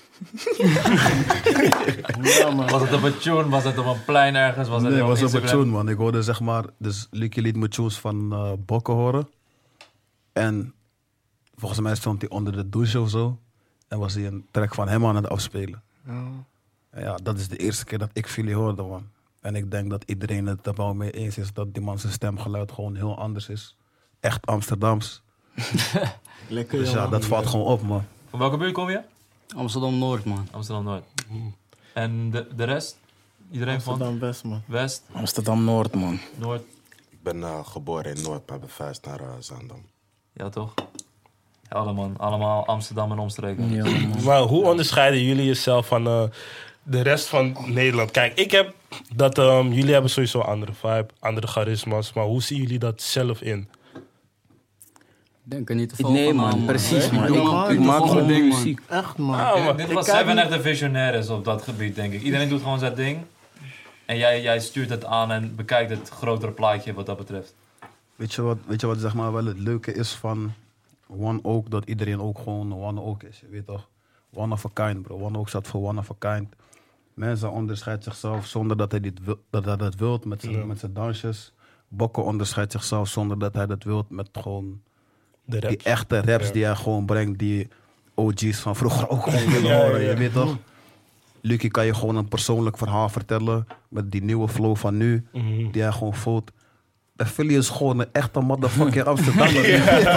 Ja, man. Was het op een tune? Was het op een plein ergens? Was het Nee, op was op een Instagram? tune, man. Ik hoorde zeg maar, dus Lucky liet me tunes van Bokken horen. En volgens mij stond hij onder de douche of zo. En was hij een track van hem aan het afspelen. Ja. En ja, dat is de eerste keer dat ik Philly hoorde, man. En ik denk dat iedereen het er wel mee eens is dat die man zijn stemgeluid gewoon heel anders is. Echt Amsterdams. Lekker, Dus ja, jongen. dat valt gewoon op, man. Van welke buurt kom je? Amsterdam-Noord, man. Amsterdam-Noord. En de rest? Iedereen van Amsterdam-West, man. West, Amsterdam-Noord, man. Noord? Ik ben geboren in Noord, maar ben verhuisd naar Zaandam. Ja, toch? Ja, man. Allemaal Amsterdam en omstreken. Ja, man. Maar hoe onderscheiden jullie jezelf van de rest van Nederland? Kijk, ik heb dat jullie hebben sowieso een andere vibe, andere charisma's. Maar hoe zien jullie dat zelf in? Ik denk er niet te veel Nee, van man. aan, Precies, man. man. Ik maak gewoon ding, man. muziek. Echt, man. Ah, man. Dit Ik was kijk Seven niet- echt de visionair is op dat gebied, denk ik. Iedereen doet gewoon zijn ding. En jij stuurt het aan en bekijkt het grotere plaatje wat dat betreft. Weet je wat zeg maar wel het leuke is van One Oak? Dat iedereen ook gewoon One Oak is. Je weet toch? One of a kind, bro. One Oak staat voor One of a kind. Mensen onderscheidt zichzelf zonder dat hij dat wilt met zijn dansjes. Bokken onderscheidt zichzelf zonder dat hij dat wilt met gewoon De rap. die echte raps Ja. die hij gewoon brengt. Die OG's van vroeger ook gewoon willen horen. Je weet toch? Lucky kan je gewoon een persoonlijk verhaal vertellen met die nieuwe flow van nu, die hij gewoon voelt. En Philly is gewoon een echte motherfucking Amsterdammer.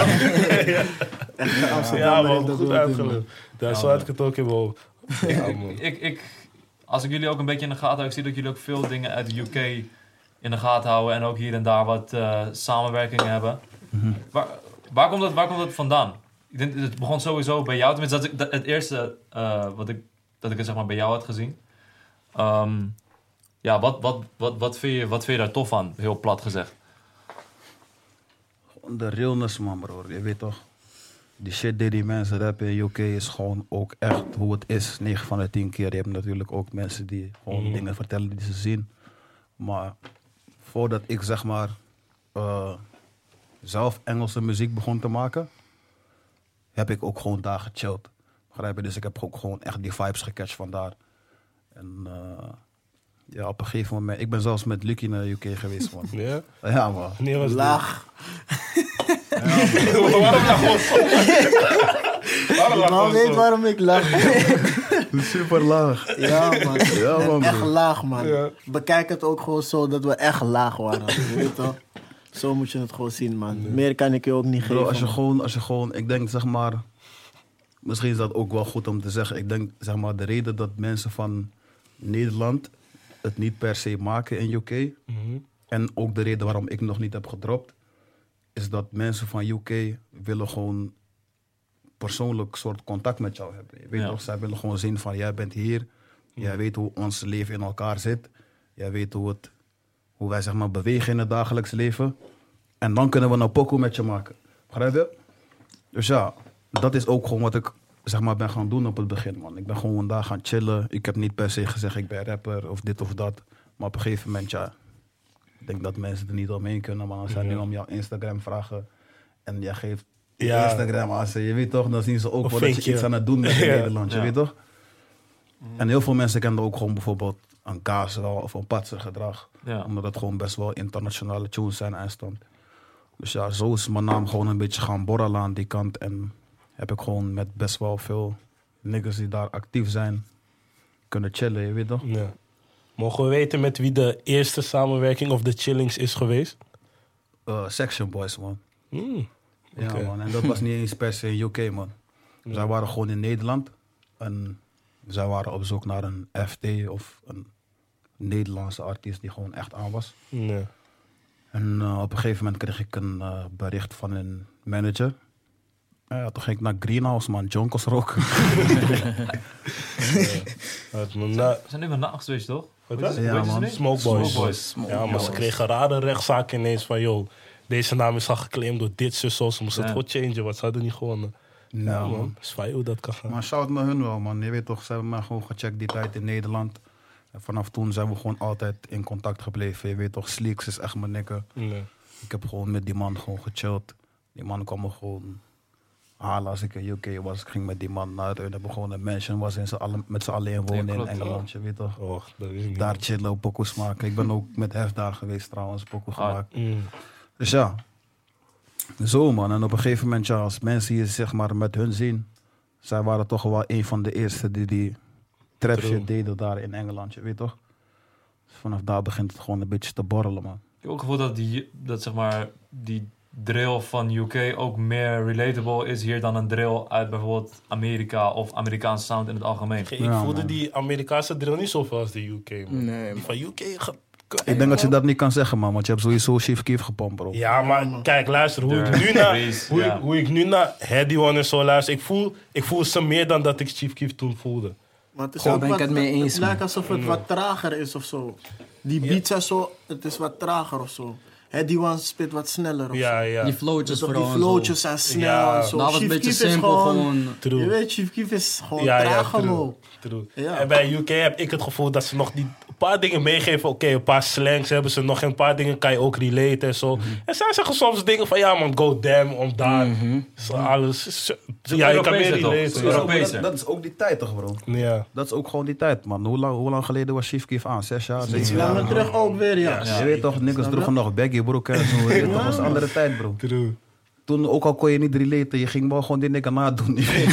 Echt Amsterdam. Ja, man, dat goed doet uitgelegd. Ja, zo had ik het ook in mijn hoofd. Ja, man. Als ik jullie ook een beetje in de gaten hou, ik zie dat jullie ook veel dingen uit de UK in de gaten houden en ook hier en daar wat samenwerkingen hebben. Waar komt dat vandaan? Ik denk, het begon sowieso bij jou, tenminste dat het eerste dat ik het zeg maar bij jou had gezien. Ja, wat vind je daar tof aan, heel plat gezegd? Gewoon de realness, man, bro. Je weet toch? Die shit die mensen rappen in UK is gewoon ook echt hoe het is. 9 van de 10 keer. Je hebt natuurlijk ook mensen die gewoon dingen vertellen die ze zien. Maar voordat ik zeg maar zelf Engelse muziek begon te maken, heb ik ook gewoon daar gechilled. Begrijp je? Dus ik heb ook gewoon echt die vibes gecatcht vandaar. En ja, op een gegeven moment... Ik ben zelfs met Lucky naar de UK geweest, man. Ja? Ja, man. Nee, was Lach. Waarom weet waarom ik lach. Super laag. Ja, man. Ja, man, Echt bro. laag, man. Ja. Bekijk het ook gewoon zo dat we echt laag waren. Je weet toch? Zo moet je het gewoon zien, man. Meer kan ik je ook niet Bro, geven. als je gewoon... Ik denk, zeg maar... Misschien is dat ook wel goed om te zeggen. Ik denk, zeg maar, de reden dat mensen van Nederland het niet per se maken in UK... En ook de reden waarom ik nog niet heb gedropt... is dat mensen van UK willen gewoon persoonlijk soort contact met jou hebben. Je weet Ja. toch, zij willen gewoon zien van jij bent hier. Jij weet hoe ons leven in elkaar zit. Jij weet hoe wij zeg maar bewegen in het dagelijks leven. En dan kunnen we een pokoe met je maken. Begrijp je? Dus ja, dat is ook gewoon wat ik zeg maar ben gaan doen op het begin, man. Ik ben gewoon daar gaan chillen. Ik heb niet per se gezegd ik ben rapper of dit of dat. Maar op een gegeven moment, ja... Ik denk dat mensen er niet omheen kunnen, maar als zij nu om jouw Instagram vragen en jij geeft Ja. Instagram aan ze, je weet toch, dan zien ze ook Of wel dat vinkje. je iets aan het doen bent in Ja. Nederland, je Ja. weet toch? En heel veel mensen kennen ook gewoon bijvoorbeeld een Gazel of een Patser gedrag, Ja. omdat het gewoon best wel internationale tunes zijn eindstand. Dus ja, zo is mijn naam gewoon een beetje gaan borrelen aan die kant en heb ik gewoon met best wel veel niggas die daar actief zijn kunnen chillen, je weet toch? Ja. Mogen we weten met wie de eerste samenwerking of de chillings is geweest? Section Boys, man. Ja, Oké. man. En dat was niet eens per se in UK, man. Zij waren gewoon in Nederland. En zij waren op zoek naar een FT of een Nederlandse artiest die gewoon echt aan was. Nee. En op een gegeven moment kreeg ik een bericht van een manager. Ja, toen ging ik naar Greenhouse, man. Jonkels roken. Ze zijn nu met nacht geweest, toch? Wat was het? Ja, Hoe heet ze man. nu? Smoke Boys. Smoke Boys. Ja, maar ze kregen een rare rechtszaak ineens van, joh, deze naam is al geclaimd door dit, zus, zo. Ze moesten het Ja. gewoon changen, want ze hadden niet gewonnen. Nou, man. Zwaai hoe dat kan gaan. Maar shout naar hun wel, man. Je weet toch, ze hebben mij gewoon gecheckt die tijd in Nederland. En vanaf toen zijn we gewoon altijd in contact gebleven. Je weet toch, Sleeks is echt mijn nikke. Nee. Ik heb gewoon met die man gewoon gechilled. Die man kwam me gewoon halen als ik in UK was. Ik ging met die man naar het hebben we gewoon een mansion. Was met z'n allen in wonen Ja, in klopt, Engeland, je weet toch. Oh, dat is niet. Daar chillen, pokoes maken. Ik ben ook met Hef daar geweest trouwens, pokoe gemaakt. Mm. Dus ja, zo man. En op een gegeven moment, ja, als mensen hier zeg maar met hun zien. Zij waren toch wel een van de eerste die trap True. shit deden daar in Engeland, je weet toch. Dus vanaf daar begint het gewoon een beetje te borrelen, man. Ik heb ook het gevoel dat zeg maar, die drill van UK ook meer relatable is hier dan een drill uit bijvoorbeeld Amerika of Amerikaanse sound in het algemeen. Ik Ja, voelde man. die Amerikaanse drill niet zoveel als de UK, man. Nee, Die van UK... Ik denk dat je dat niet kan zeggen, man, want je hebt sowieso Chief Keef gepompt, bro. Ja, maar kijk, luister, hoe ik De nu naar, Reese, ja. hoe ik nu naar Heady One en zo luister, ik voel ze meer dan dat ik Chief Keef toen voelde. Maar het is Daar ook ben ik wat, het mee eens, het lijkt man. alsof het wat trager is of zo. Die beats en zo, het is wat trager of zo. Die one spit wat sneller of Ja, zo. ja. Die flowtjes Dus vooral. die en zo. flowtjes zijn snel Ja. en zo. Dat was een Chief beetje Keef is simpel gewoon. True. Je weet, Chief Keef is gewoon Ja, traag true. gewoon. True. Ja. En bij UK heb ik het gevoel dat ze nog die een paar dingen meegeven. Oké, een paar slangs hebben ze nog en een paar dingen kan je ook relaten en zo. En zij zeggen soms dingen van ja man, go damn, om daar. Zo alles. Ja, je kan meer Europees, toch? relaten. Zo Ja. Europees. Dat is ook die tijd toch, bro? Ja. Dat is ook gewoon die tijd, man. Hoe lang geleden was Chief Keef aan? 6 jaar, 7 jaar? Langer terug ook weer, ja. Je weet toch, niggas droegen nog baggy broeken en zo. Je weet toch, dat was een andere tijd, bro. True. Toen, ook al kon je niet relaten, je ging wel gewoon die nigga nadoen.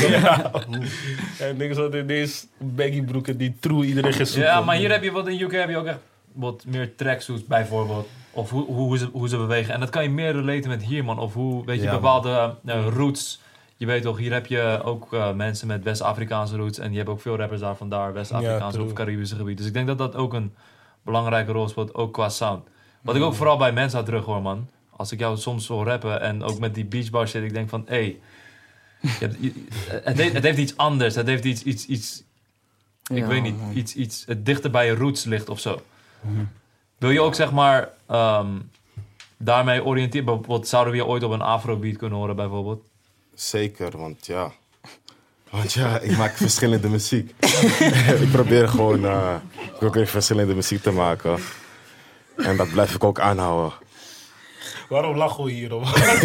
En dingen zo ineens baggy broeken die true iedereen gezoekt. Ja, maar hier heb je wat in UK heb je ook echt wat meer tracksuits bijvoorbeeld. Of hoe ze bewegen. En dat kan je meer relaten met hier, man. Of hoe, weet je, Ja, bepaalde roots. Je weet toch, hier heb je ook mensen met West-Afrikaanse roots. En je hebt ook veel rappers daar vandaar, West-Afrikaanse Ja, of true. Caribische gebied. Dus ik denk dat dat ook een belangrijke rol speelt, ook qua sound. Wat ik ook vooral bij Mensa terug hoor, man. Als ik jou soms hoor rappen en ook met die beachbar shit, ik denk van, hé, het heeft iets anders. Het heeft iets ik Ja, weet niet, man. iets het dichter bij je roots ligt of zo. Wil je ook zeg maar daarmee oriënteren? Bijvoorbeeld, zouden we je ooit op een afrobeat kunnen horen bijvoorbeeld? Zeker, want ja, ik maak verschillende muziek. Ik probeer gewoon verschillende muziek te maken. En dat blijf ik ook aanhouden. Waarom lachen we hierom?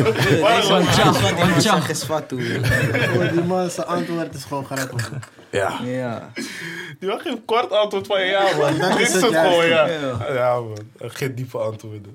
Zeg eens wat toe. Oh, die man, zijn antwoord is gewoon grappig. Ja. Ja. Die mag geen kort antwoord van ja, man. Dat Dit is is het het gewoon, ja. juiste. Ja, man. Geen diepe antwoorden.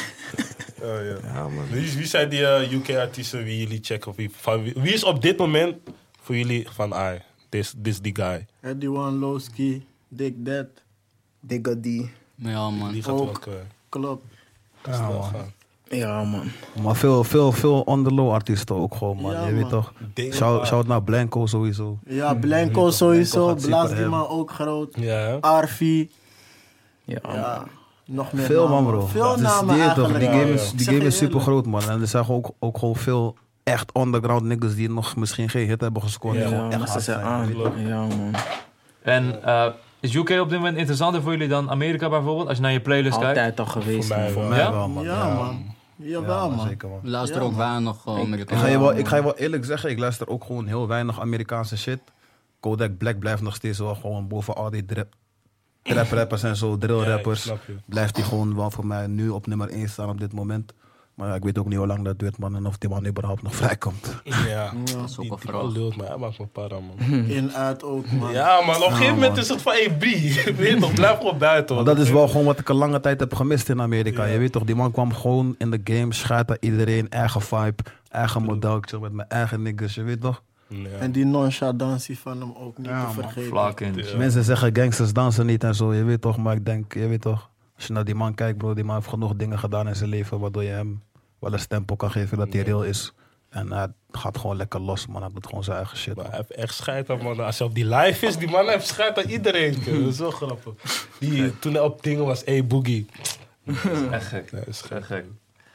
Oh, ja. Ja, man. Wie zijn die UK-artiesten wie jullie checken? Wie is op dit moment voor jullie van, this is die guy? Die one, Lowski, Dick Dead, Digga die. Ja, man. Die gaat Ook. wel kwijt. klopt. Ja, man. Ja, man. Maar veel on-the-low artiesten ook gewoon, man. Ja, je weet man. toch? Dingen Shout naar Blanco sowieso. Ja, Blanco sowieso, gaat super Blaas die hem. man ook groot. Ja, hè? Arvi, Ja, ja, man. nog meer Veel, man, namen. bro. Veel Dus namen die, toch, eigenlijk. die game Ja, is, Ik die zeg game je is super eerlijk. groot, man. En er zijn ook gewoon veel echt underground niggas die nog misschien geen hit hebben gescoord. Ja, die gewoon Ja, echt maar ze hard zijn zijn. aan. Ja, man. En is UK op dit moment interessanter voor jullie dan Amerika bijvoorbeeld? Als je naar je playlist kijkt? Altijd al geweest, Voor mij man. Voor wel. mij Ja? wel, man. Ja, man. Jawel, man. Zeker, man. We luisteren Ja, ook man. weinig Ik Amerikaans. ga je wel eerlijk zeggen, ik luister ook gewoon heel weinig Amerikaanse shit. Kodak Black blijft nog steeds wel gewoon boven al die trap rappers en zo, drill Ja, rappers. ik snap je. Blijft die gewoon wel voor mij nu op nummer 1 staan op dit moment. Maar ja, ik weet ook niet hoe lang dat duurt, man. En of die man überhaupt nog vrijkomt. Ja. Dat is ook een Die vraag. lult, maar hij maakt me para, man. In, uit ook, man. Ja, man. Op een gegeven moment man. is het van, hey, B. Weet je toch, blijf gewoon buiten. Maar man. dat is wel gewoon wat ik een lange tijd heb gemist in Amerika. Ja. Je weet toch, die man kwam gewoon in de game, schijt aan iedereen, eigen vibe, eigen model. Ik chill met mijn eigen niggas, je weet toch? Ja. En die nonchalantie van hem ook niet Ja, te man. vergeten. Vlak in. Ja. Mensen zeggen gangsters dansen niet en zo, je weet toch. Maar ik denk, je weet toch, als je naar die man kijkt, bro, die man heeft genoeg dingen gedaan in zijn leven, waardoor je hem wel een stempel kan geven dat hij real is. En hij gaat gewoon lekker los, man. Hij doet gewoon zijn eigen shit. Maar Man. hij heeft echt scheid aan, man. Als hij op die live is, die man heeft scheid aan iedereen. Dat is zo grappig. Toen hij op dingen was, hey, Boogie. Echt gek. Ja, is Echt gek.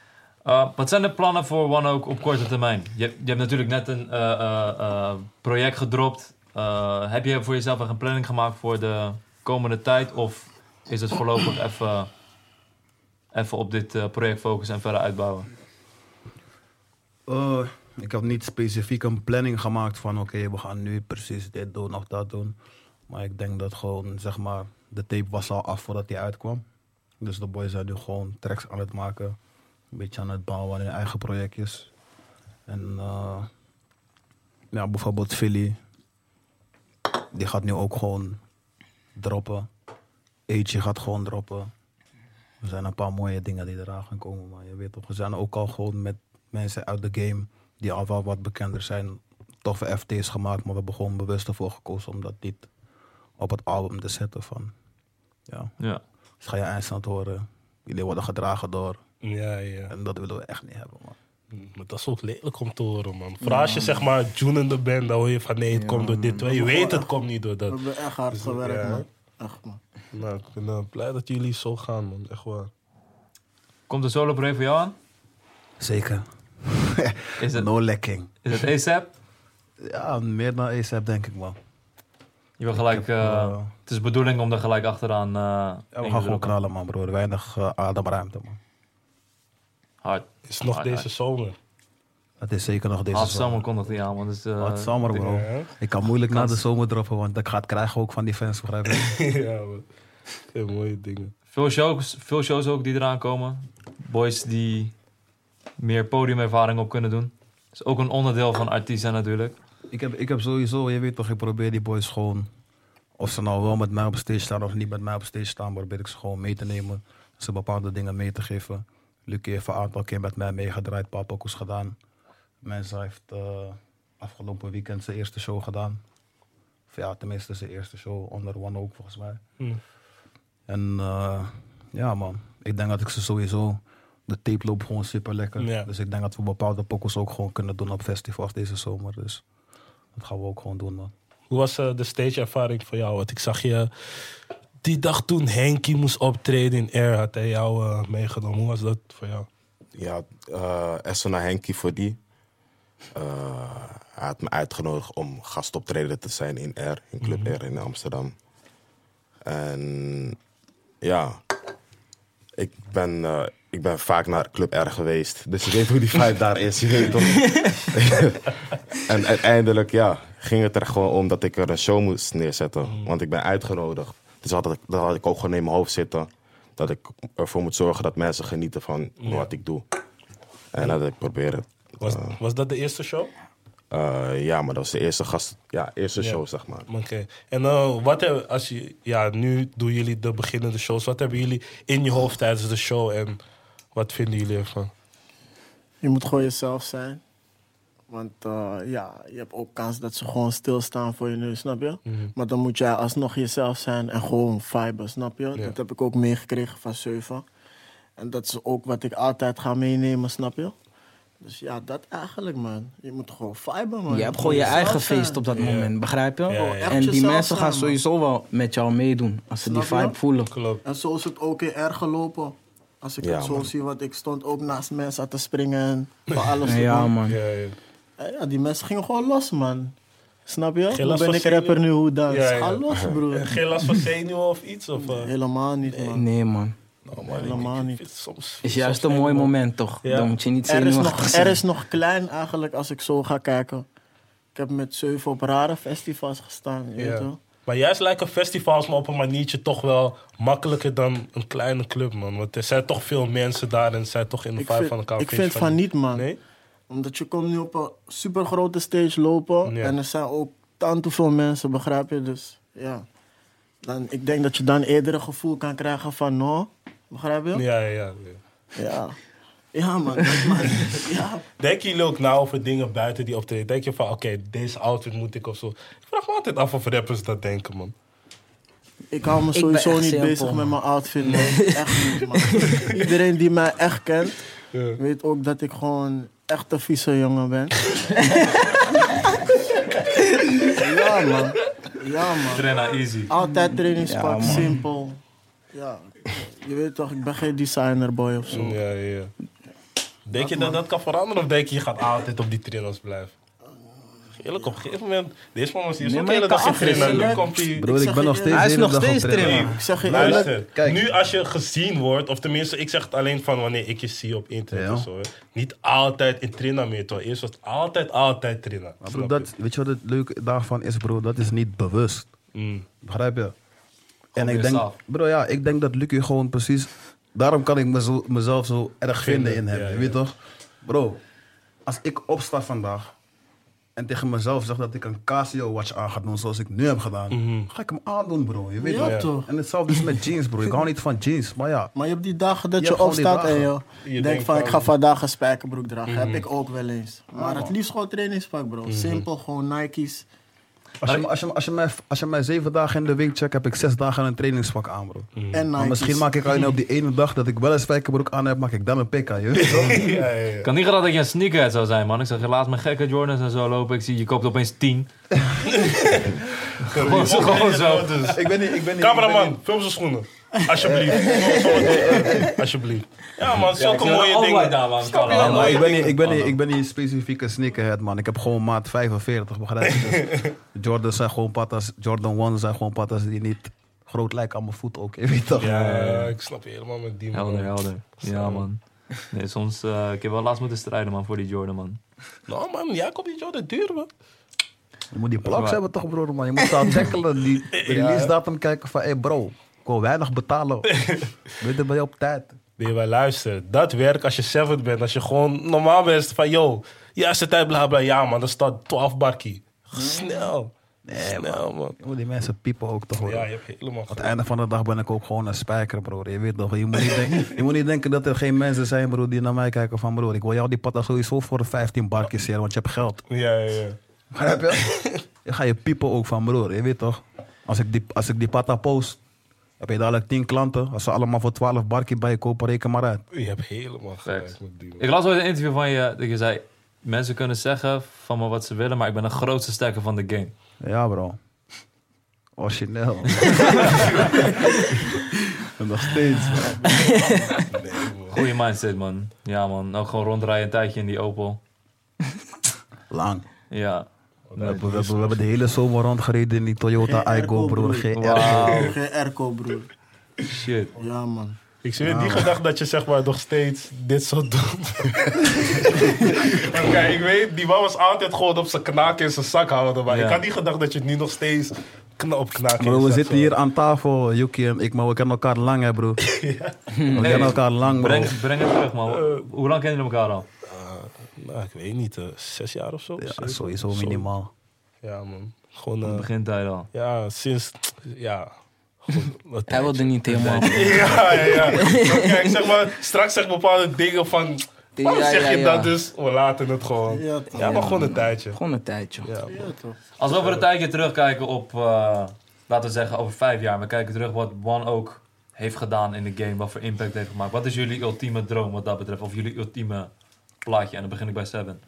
Wat zijn de plannen voor One Oak op korte termijn? Je hebt natuurlijk net een project gedropt. Heb je voor jezelf een planning gemaakt voor de komende tijd? Of is het voorlopig even op dit project focussen en verder uitbouwen? Ik heb niet specifiek een planning gemaakt van oké, we gaan nu precies dit doen of dat doen. Maar ik denk dat gewoon, zeg maar, de tape was al af voordat die uitkwam. Dus de boys zijn nu gewoon tracks aan het maken. Een beetje aan het bouwen aan hun eigen projectjes. En ja, bijvoorbeeld Philly. Die gaat nu ook gewoon droppen. Eetje gaat gewoon droppen. Er zijn een paar mooie dingen die eraan gaan komen. Maar je weet toch, we zijn ook al gewoon met mensen uit de game die al wel wat bekender zijn, toffe FT's gemaakt. Maar we hebben gewoon bewust ervoor gekozen om dat niet op het album te zetten. Van, ja. Dus ga je eindstand horen. Jullie worden gedragen door. Ja. En dat willen we echt niet hebben, man. Maar dat is ook lelijk om te horen, man. Vooral als je zeg maar June in de band, dan hoor je van nee, het komt door dit. Je weet het komt niet door dat. We hebben echt hard gewerkt, man. Echt, man. Nou, ik ben blij dat jullie zo gaan, man. Echt waar. Komt de solo-project voor jou aan? Zeker. Is het, No lacking. is het ASAP? Ja, meer dan ASAP denk ik, man. Je wil gelijk, het is de bedoeling om er gelijk achteraan... Ja, we gaan gewoon knallen, man, broer. Weinig ademruimte, man. Hard. Is het nog deze zomer? Het is zeker nog deze Hot zomer. Summer kondigt hij aan, man. Dus, Hot Summer, bro. Ja. Ik kan moeilijk na de zomer droppen, want ik ga het krijgen ook van die fans, begrijp je? Ja, man. Heel mooie dingen. veel shows ook die eraan komen. Boys die meer podiumervaring op kunnen doen. Dat is ook een onderdeel van artiesten natuurlijk. Ik heb sowieso, je weet toch, ik probeer die boys gewoon, of ze nou wel met mij op stage staan of niet met mij op stage staan, probeer ik ze gewoon mee te nemen. Ze bepaalde dingen mee te geven. Lucie heeft een aantal keer met mij meegedraaid, een paar pokoes gedaan. Mensen heeft afgelopen weekend zijn eerste show gedaan. Of ja, tenminste zijn eerste show, onder One ook volgens mij. En ja, man, ik denk dat ik ze sowieso, de tape loopt gewoon super lekker. Ja. Dus ik denk dat we bepaalde pokoes ook gewoon kunnen doen op festivals deze zomer. Dus dat gaan we ook gewoon doen, man. Hoe was de stage-ervaring voor jou? Want ik zag je die dag toen Henky moest optreden in Air, had hij jou meegenomen. Hoe was dat voor jou? Ja, SO naar Henky voor die. Hij had me uitgenodigd om gastoptreden te zijn in R, in Club R in Amsterdam. En ja, ik ben vaak naar Club R geweest. Dus ik weet hoe die vibe daar is. Je weet toch? En uiteindelijk ging het er gewoon om dat ik er een show moest neerzetten. Want ik ben uitgenodigd. Dus dat had ik ook gewoon in mijn hoofd zitten. Dat ik ervoor moet zorgen dat mensen genieten van wat ik doe. En dat ik probeer. Was dat de eerste show? Ja, maar dat was de eerste show, zeg maar. Oké. En nu doen jullie de beginnende shows. Wat hebben jullie in je hoofd tijdens de show en wat vinden jullie ervan? Je moet gewoon jezelf zijn. Want je hebt ook kans dat ze gewoon stilstaan voor je neus, snap je? Maar dan moet jij alsnog jezelf zijn en gewoon viben, snap je? Ja. Dat heb ik ook meegekregen van Seuva. En dat is ook wat ik altijd ga meenemen, snap je? Dus ja, dat eigenlijk, man. Je moet gewoon viben, man. Je hebt gewoon je eigen feest op dat moment, begrijp je? Ja. En die jezelf mensen gaan zijn, sowieso wel met jou meedoen als ze die Snap je? vibe voelen. Klopt. En zo is het ook in R gelopen. Als ik het zo man. zie, want ik stond ook naast mensen te springen en van alles te Ja, doen. man. Ja. Ja, die mensen gingen gewoon los, man. Snap je? Geen Hoe last ben van ik rapper zenuwen? nu, hoe dan? Ja. Ga los, broer. Geen last van zenuwen of iets? Of, Helemaal niet, man. Nee, man. Nou, man, helemaal ik niet. vind het soms Is juist soms een mooi helemaal- moment, toch? Ja. Dan moet je niet Er zenuwachtig zijn. is nog klein eigenlijk als ik zo ga kijken. Ik heb met 7 op rare festivals gestaan, je weet wel. Maar juist lijken festivals me op een maniertje toch wel makkelijker dan een kleine club, man. Want er zijn toch veel mensen daar en ze zijn toch in de vibe van elkaar. Ik vind van niet, man. Nee? Omdat je komt nu op een super grote stage lopen. Ja. En er zijn ook te veel mensen, begrijp je? Dus ja. Ik denk dat je dan eerder een gevoel kan krijgen van no. Begrijp je? Ja. Ja, man. Ja. Denken jullie ook na over dingen buiten die optreden? Denk je van, oké, deze outfit moet ik of zo? Ik vraag me altijd af of rappers dat denken, man. Ik hou me ben sowieso echt niet simpel, bezig man. met mijn outfit, man. Echt niet, man. Iedereen die mij echt kent, Ja. weet ook dat ik gewoon echt een vieze jongen ben. Ja, man. Ja, man. Traina easy. Altijd trainingspak, Ja, man. simpel. Ja, je weet toch, ik ben geen designerboy of zo. Ja. Denk je dat dat kan veranderen of denk je gaat altijd op die trainers blijven? Eerlijk, op een gegeven moment... Deze man was hier Nee, zo'n maar je hele dag kan in trainen. Nu afwisselen. komt hij... Broer, ik ben nog steeds Hij is de hele nog dag steeds op trainen. trainer. Ik zeg je eerlijk, Luister, Kijk. nu als je gezien wordt, of tenminste, ik zeg het alleen van wanneer ik je zie op internet Ja. of zo. Hè. Niet altijd in trainen meer, toch? Eerst was het altijd trainen. Maar Snap bro, je? weet je wat het leuke daarvan is, bro? Dat is niet bewust. Begrijp je? En ik weer denk, zelf. bro, ja, ik denk dat Lucie gewoon precies... Daarom kan ik mezelf zo erg vinden in hem, ja, je ja. weet toch? Bro, als ik opsta vandaag en tegen mezelf zeg dat ik een Casio-watch aan ga doen zoals ik nu heb gedaan, ga ik hem aandoen, bro. Je weet Ja, toch? toch. En hetzelfde is met jeans, bro. Ik hou niet van jeans, maar ja. maar je hebt die dagen dat Je je hebt gewoon die opstaat en dagen. je Je denkt denkt van ik van- ga vandaag een spijkerbroek dragen. Heb ik ook wel eens. Maar het liefst gewoon trainingspak, bro. Simpel, gewoon Nike's. Als je mij 7 dagen in de week checkt, heb ik 6 dagen een trainingspak aan, bro. En Maar Nike's. misschien maak ik alleen op die ene dag dat ik wel een spijkerbroek aan heb, maak ik dan een pk, je weet toch? Ik kan niet gedacht dat je een sneakerhead zou zijn, man. Ik zag je laatst met gekke Jordans en zo lopen. Ik zie, je koopt opeens 10. Gewoon zo. Ik ben niet... Cameraman, film zijn schoenen. Alsjeblieft. Alsjeblieft. Ja man, zulke mooie dingen. Ja, maar ik ben niet specifiek een sneakerhead, man. Ik heb gewoon maat 45, begrijp je? Dus Jordans zijn gewoon patas, Jordan 1 zijn gewoon patas die niet groot lijken aan mijn voet ook, je weet toch? Ja, ik snap je helemaal met die man. Helder. Ja, man. Nee, soms... ik heb wel laatst moeten strijden, man, voor die Jordan, man. Nou man, jij komt niet Jordan duur, man. Je moet die waar. plaks hebben toch, broer, man. Je moet zo tackelen, die release datum kijken van, hey bro, ik wil weinig betalen. Weet je, ben je op tijd? Nee, maar luister, dat werkt als je 7 bent. Als je gewoon normaal bent van, yo, juiste tijd, bla bla. Ja man, dan staat 12 barkie. Snel. Snel man. Je moet die mensen piepen ook toch, bro. Ja, je hebt helemaal Aan het gelijk. einde van de dag ben ik ook gewoon een spijker, broer. Je weet toch, je moet niet denken dat er geen mensen zijn, broer, die naar mij kijken van, broer, ik wil jou die patta sowieso voor de 15 barkjes zetten, want je hebt geld. Ja. Begrijp je? Dan ga je piepen ook van, broer, je weet toch? Als ik die patta post, heb je dadelijk 10 klanten. Als ze allemaal voor 12 barkie bij je kopen, reken maar uit. Je hebt helemaal gelijk Facts. met die man. Ik las ooit een interview van je dat je zei... Mensen kunnen zeggen van me wat ze willen, maar ik ben de grootste sterker van de game. Ja, bro. Origineel. En nog steeds, man. Goeie mindset, man. Ja, man. Ook gewoon rondrijden een tijdje in die Opel. Lang. Ja. We hebben de hele zomer rondgereden in die Toyota Aygo, broer. GR. Wauw. Geen airco, broer. Shit. Ja, man. Ik zie die gedachte dat je zeg maar nog steeds dit zo doet. Kijk, ik weet, die man was altijd gewoon op zijn knaken in zijn zak houden. Maar Ja. ik had niet gedacht dat je het nu nog steeds op knaken in Bro, we je zak zitten zou hier aan tafel, Yuki en ik, maar we kennen elkaar lang, hè, bro. We kennen elkaar lang, bro. Breng het terug, man. Hoe lang kennen jullie elkaar al? Nou, ik weet niet, 6 jaar of zo? Ja, 7? sowieso minimaal. Ja, man. Gewoon, Begintijd al. ja, sinds, ja. Gewoon wat Hij wilde niet helemaal. Ja. Kijk, zeg maar, straks zeg bepaalde dingen van, waarom Ja, zeg je ja, dat ja. dus? We laten het gewoon. Ja, toch. Ja, maar gewoon een tijdje. Gewoon een tijdje. Ja, man. Ja, toch. Als we over een tijdje terugkijken op, laten we zeggen over 5 jaar. We kijken terug wat One ook heeft gedaan in de game. Wat voor impact heeft gemaakt. Wat is jullie ultieme droom wat dat betreft? Of jullie ultieme plaatje? En dan begin ik bij Seven.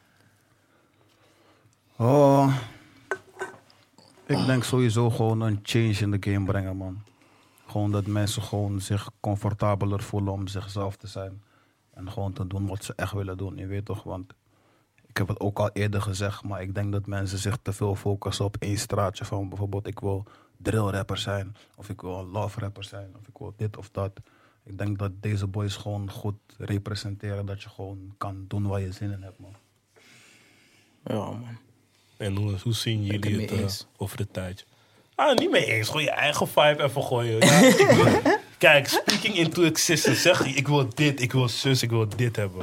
Oh, ik denk sowieso gewoon een change in de game brengen, man. Gewoon dat mensen gewoon zich comfortabeler voelen om zichzelf te zijn. En gewoon te doen wat ze echt willen doen, je weet toch? Want ik heb het ook al eerder gezegd, maar ik denk dat mensen zich te veel focussen op één straatje. Van bijvoorbeeld, ik wil drill rapper zijn, of ik wil love rapper zijn, of ik wil dit of dat. Ik denk dat deze boys gewoon goed representeren, dat je gewoon kan doen waar je zin in hebt, man. Ja, man. En hoe zien Ben ik jullie het het mee eens. over de tijdje? Niet mee eens. Gewoon je eigen vibe even gooien. Ja, ik wil- kijk, speaking into existence. Zeg je, ik wil dit, ik wil zus, ik wil dit hebben.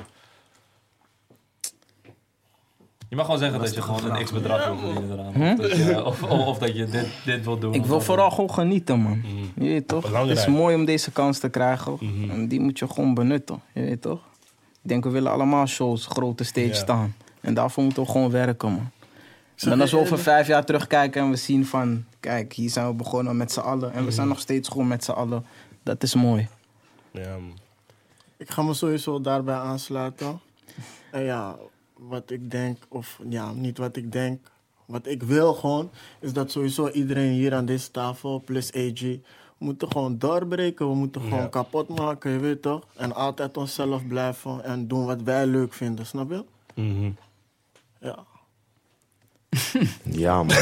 Je mag gewoon zeggen dat je gewoon een x-bedrag wil verdienen eraan. Of dat je, of dat je dit wil doen. Ik wil vooral gewoon genieten, man. Je weet toch? Belangrijk. Het is mooi om deze kans te krijgen. En die moet je gewoon benutten. Je weet toch? Ik denk, we willen allemaal shows, grote stage Ja. staan. En daarvoor moeten we gewoon werken, man. Zeg En als we je over 5 jaar terugkijken en we zien van... Kijk, hier zijn we begonnen met z'n allen. En we zijn nog steeds gewoon met z'n allen. Dat is mooi. Ja, man. Ik ga me sowieso daarbij aansluiten. En ja, wat ik denk, of ja, niet wat ik denk, wat ik wil gewoon, is dat sowieso iedereen hier aan deze tafel, plus AG, we moeten gewoon doorbreken. We moeten gewoon kapot maken, je weet toch? En altijd onszelf blijven en doen wat wij leuk vinden, snap je? Mhm. Ja. Ja, man.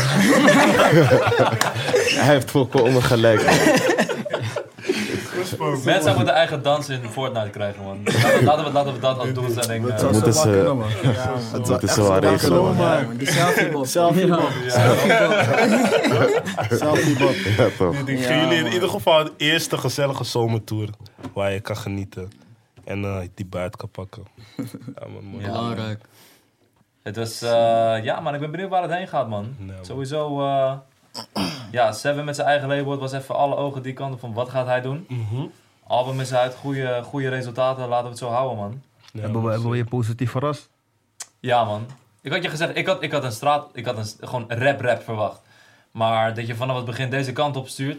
Hij heeft volkomen gelijk, man. Mensen moeten eigen dans in Fortnite krijgen, man. Laten we dat als doelstelling. Dat zou moeten zo ze- wel kunnen, man. Dat moeten ze wel regelen, man. Ja, man, die selfie-bot. Selfie-bot. Selfie-bot. Ja, toch. Ik gun jullie in ieder geval een eerste gezellige zomertour waar je kan genieten. En die buiten kan pakken. Ja, man, mooi. Ja. Belangrijk. Het was, ja man, ik ben benieuwd waar het heen gaat, man. Nee, man. Sowieso, ja, Seven met zijn eigen label, het was even alle ogen die kant op van wat gaat hij doen. Album is uit, goede resultaten, laten we het zo houden, man. Ja, Hebben we je positief verrast? Ja, man. Ik had je gezegd, ik had gewoon rap verwacht. Maar dat je vanaf het begin deze kant op stuurt,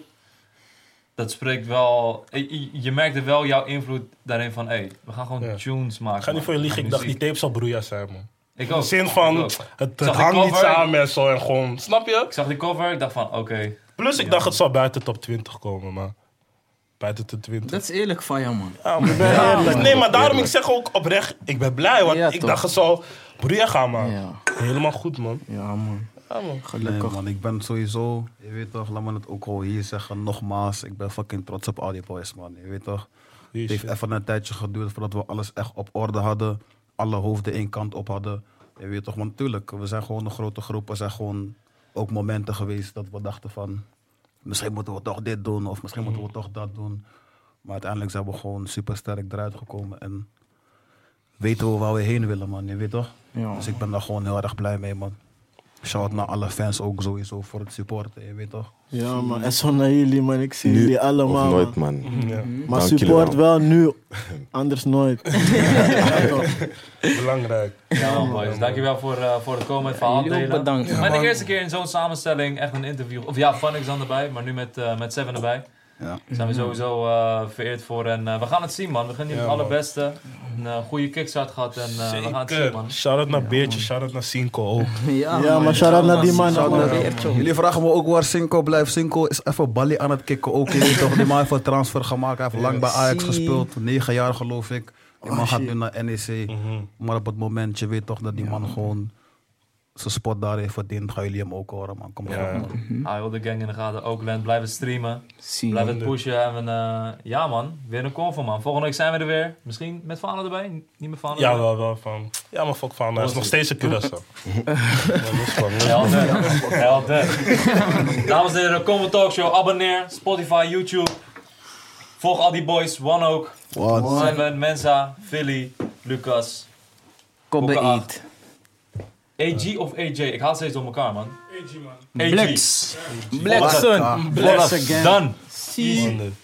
dat spreekt wel... Je merkte wel jouw invloed daarin van, we gaan gewoon Ja. tunes maken. Ik ga niet man. voor je liegen, ik dacht die Muziek. tape zal broeia zijn, man. Ik In ook. de zin van, Ik ook. het Zag de hangt niet cover? samen en zo en gewoon, snap je? Ik zag die cover, ik dacht van, oké. Plus ik dacht het zou buiten top 20 komen, maar buiten de 20. Dat is eerlijk van jou, man. Ja, man. eerlijk. Nee, maar daarom ik zeg ook oprecht, ik ben blij, want Ja, ik toch. dacht het zou broeia gaan, man. Ja, Helemaal goed, man. ja man. Ja, man. Nee, Gelukkig. man, ik ben sowieso, je weet toch, laat me het ook gewoon hier zeggen, nogmaals, ik ben fucking trots op al die boys, man. Je weet toch, het heeft even een tijdje geduurd voordat we alles echt op orde hadden, alle hoofden één kant op hadden. Je weet toch, want natuurlijk, we zijn gewoon een grote groep, er zijn gewoon ook momenten geweest dat we dachten van, misschien moeten we toch dit doen, of misschien moeten we toch dat doen. Maar uiteindelijk zijn we gewoon super sterk eruit gekomen en weten we waar we heen willen, man, je weet toch? Ja. Dus ik ben daar gewoon heel erg blij mee, man. Shout naar alle fans ook sowieso voor het supporten, je weet toch? Ja, man. En zo naar jullie, man. Ik zie Nu jullie of allemaal, nooit, man. man. Ja. Maar Dank jullie support wel. wel nu, anders nooit. Ja, toch. Belangrijk. Ja, man, boys. Dankjewel voor het komen, het verhaal Jullie ook delen. bedankt. Mijn eerste keer in zo'n samenstelling, echt een interview. Of ja, Funix dan erbij, maar nu met Seven erbij. Ja. Daar zijn we sowieso vereerd voor. En we gaan het zien, man. We gaan niet Ja, het man. allerbeste. Een goede kickstart gehad en we gaan het zien, Zeker. man. Shout-out naar Beertje, shout-out naar Cinco ook. Ja, maar shout-out naar die man. Shout-out man. naar Beertje. Jullie vragen me ook waar Cinco blijft. Cinco is even Bali aan het kicken ook. Je weet toch, die man heeft een transfer gemaakt. Hij heeft lang bij Ajax Zie. gespeeld. 9 jaar geloof ik. Die man gaat shit. nu naar NEC. Maar op het moment, je weet toch dat die man gewoon zijn spot daar heeft verdiend. Gaan jullie hem ook horen, man. Kom Ja. op, man. Hij wil de gang in de gaten. Oakland, blijven streamen. Zie. Blijven het pushen. En ja, man. Weer een convo, man. Volgende week zijn we er weer. Misschien met Fano erbij? Niet met Fano Ja, erbij? wel van. Ja, maar fuck van. Hij is nog steeds een Curaçao. Ja, los van. Helder. Dames en heren, Convo Talkshow. Abonneer. Spotify, YouTube. Volg al die boys. One Oak. Seven, Mensa, Philly, Lucas. Kobbe Bokken Eat. AG of AJ? Ik haal steeds door elkaar, man. AG, man. AG. Blacks. Black Sun. Blacks again. Done. Zie. 100.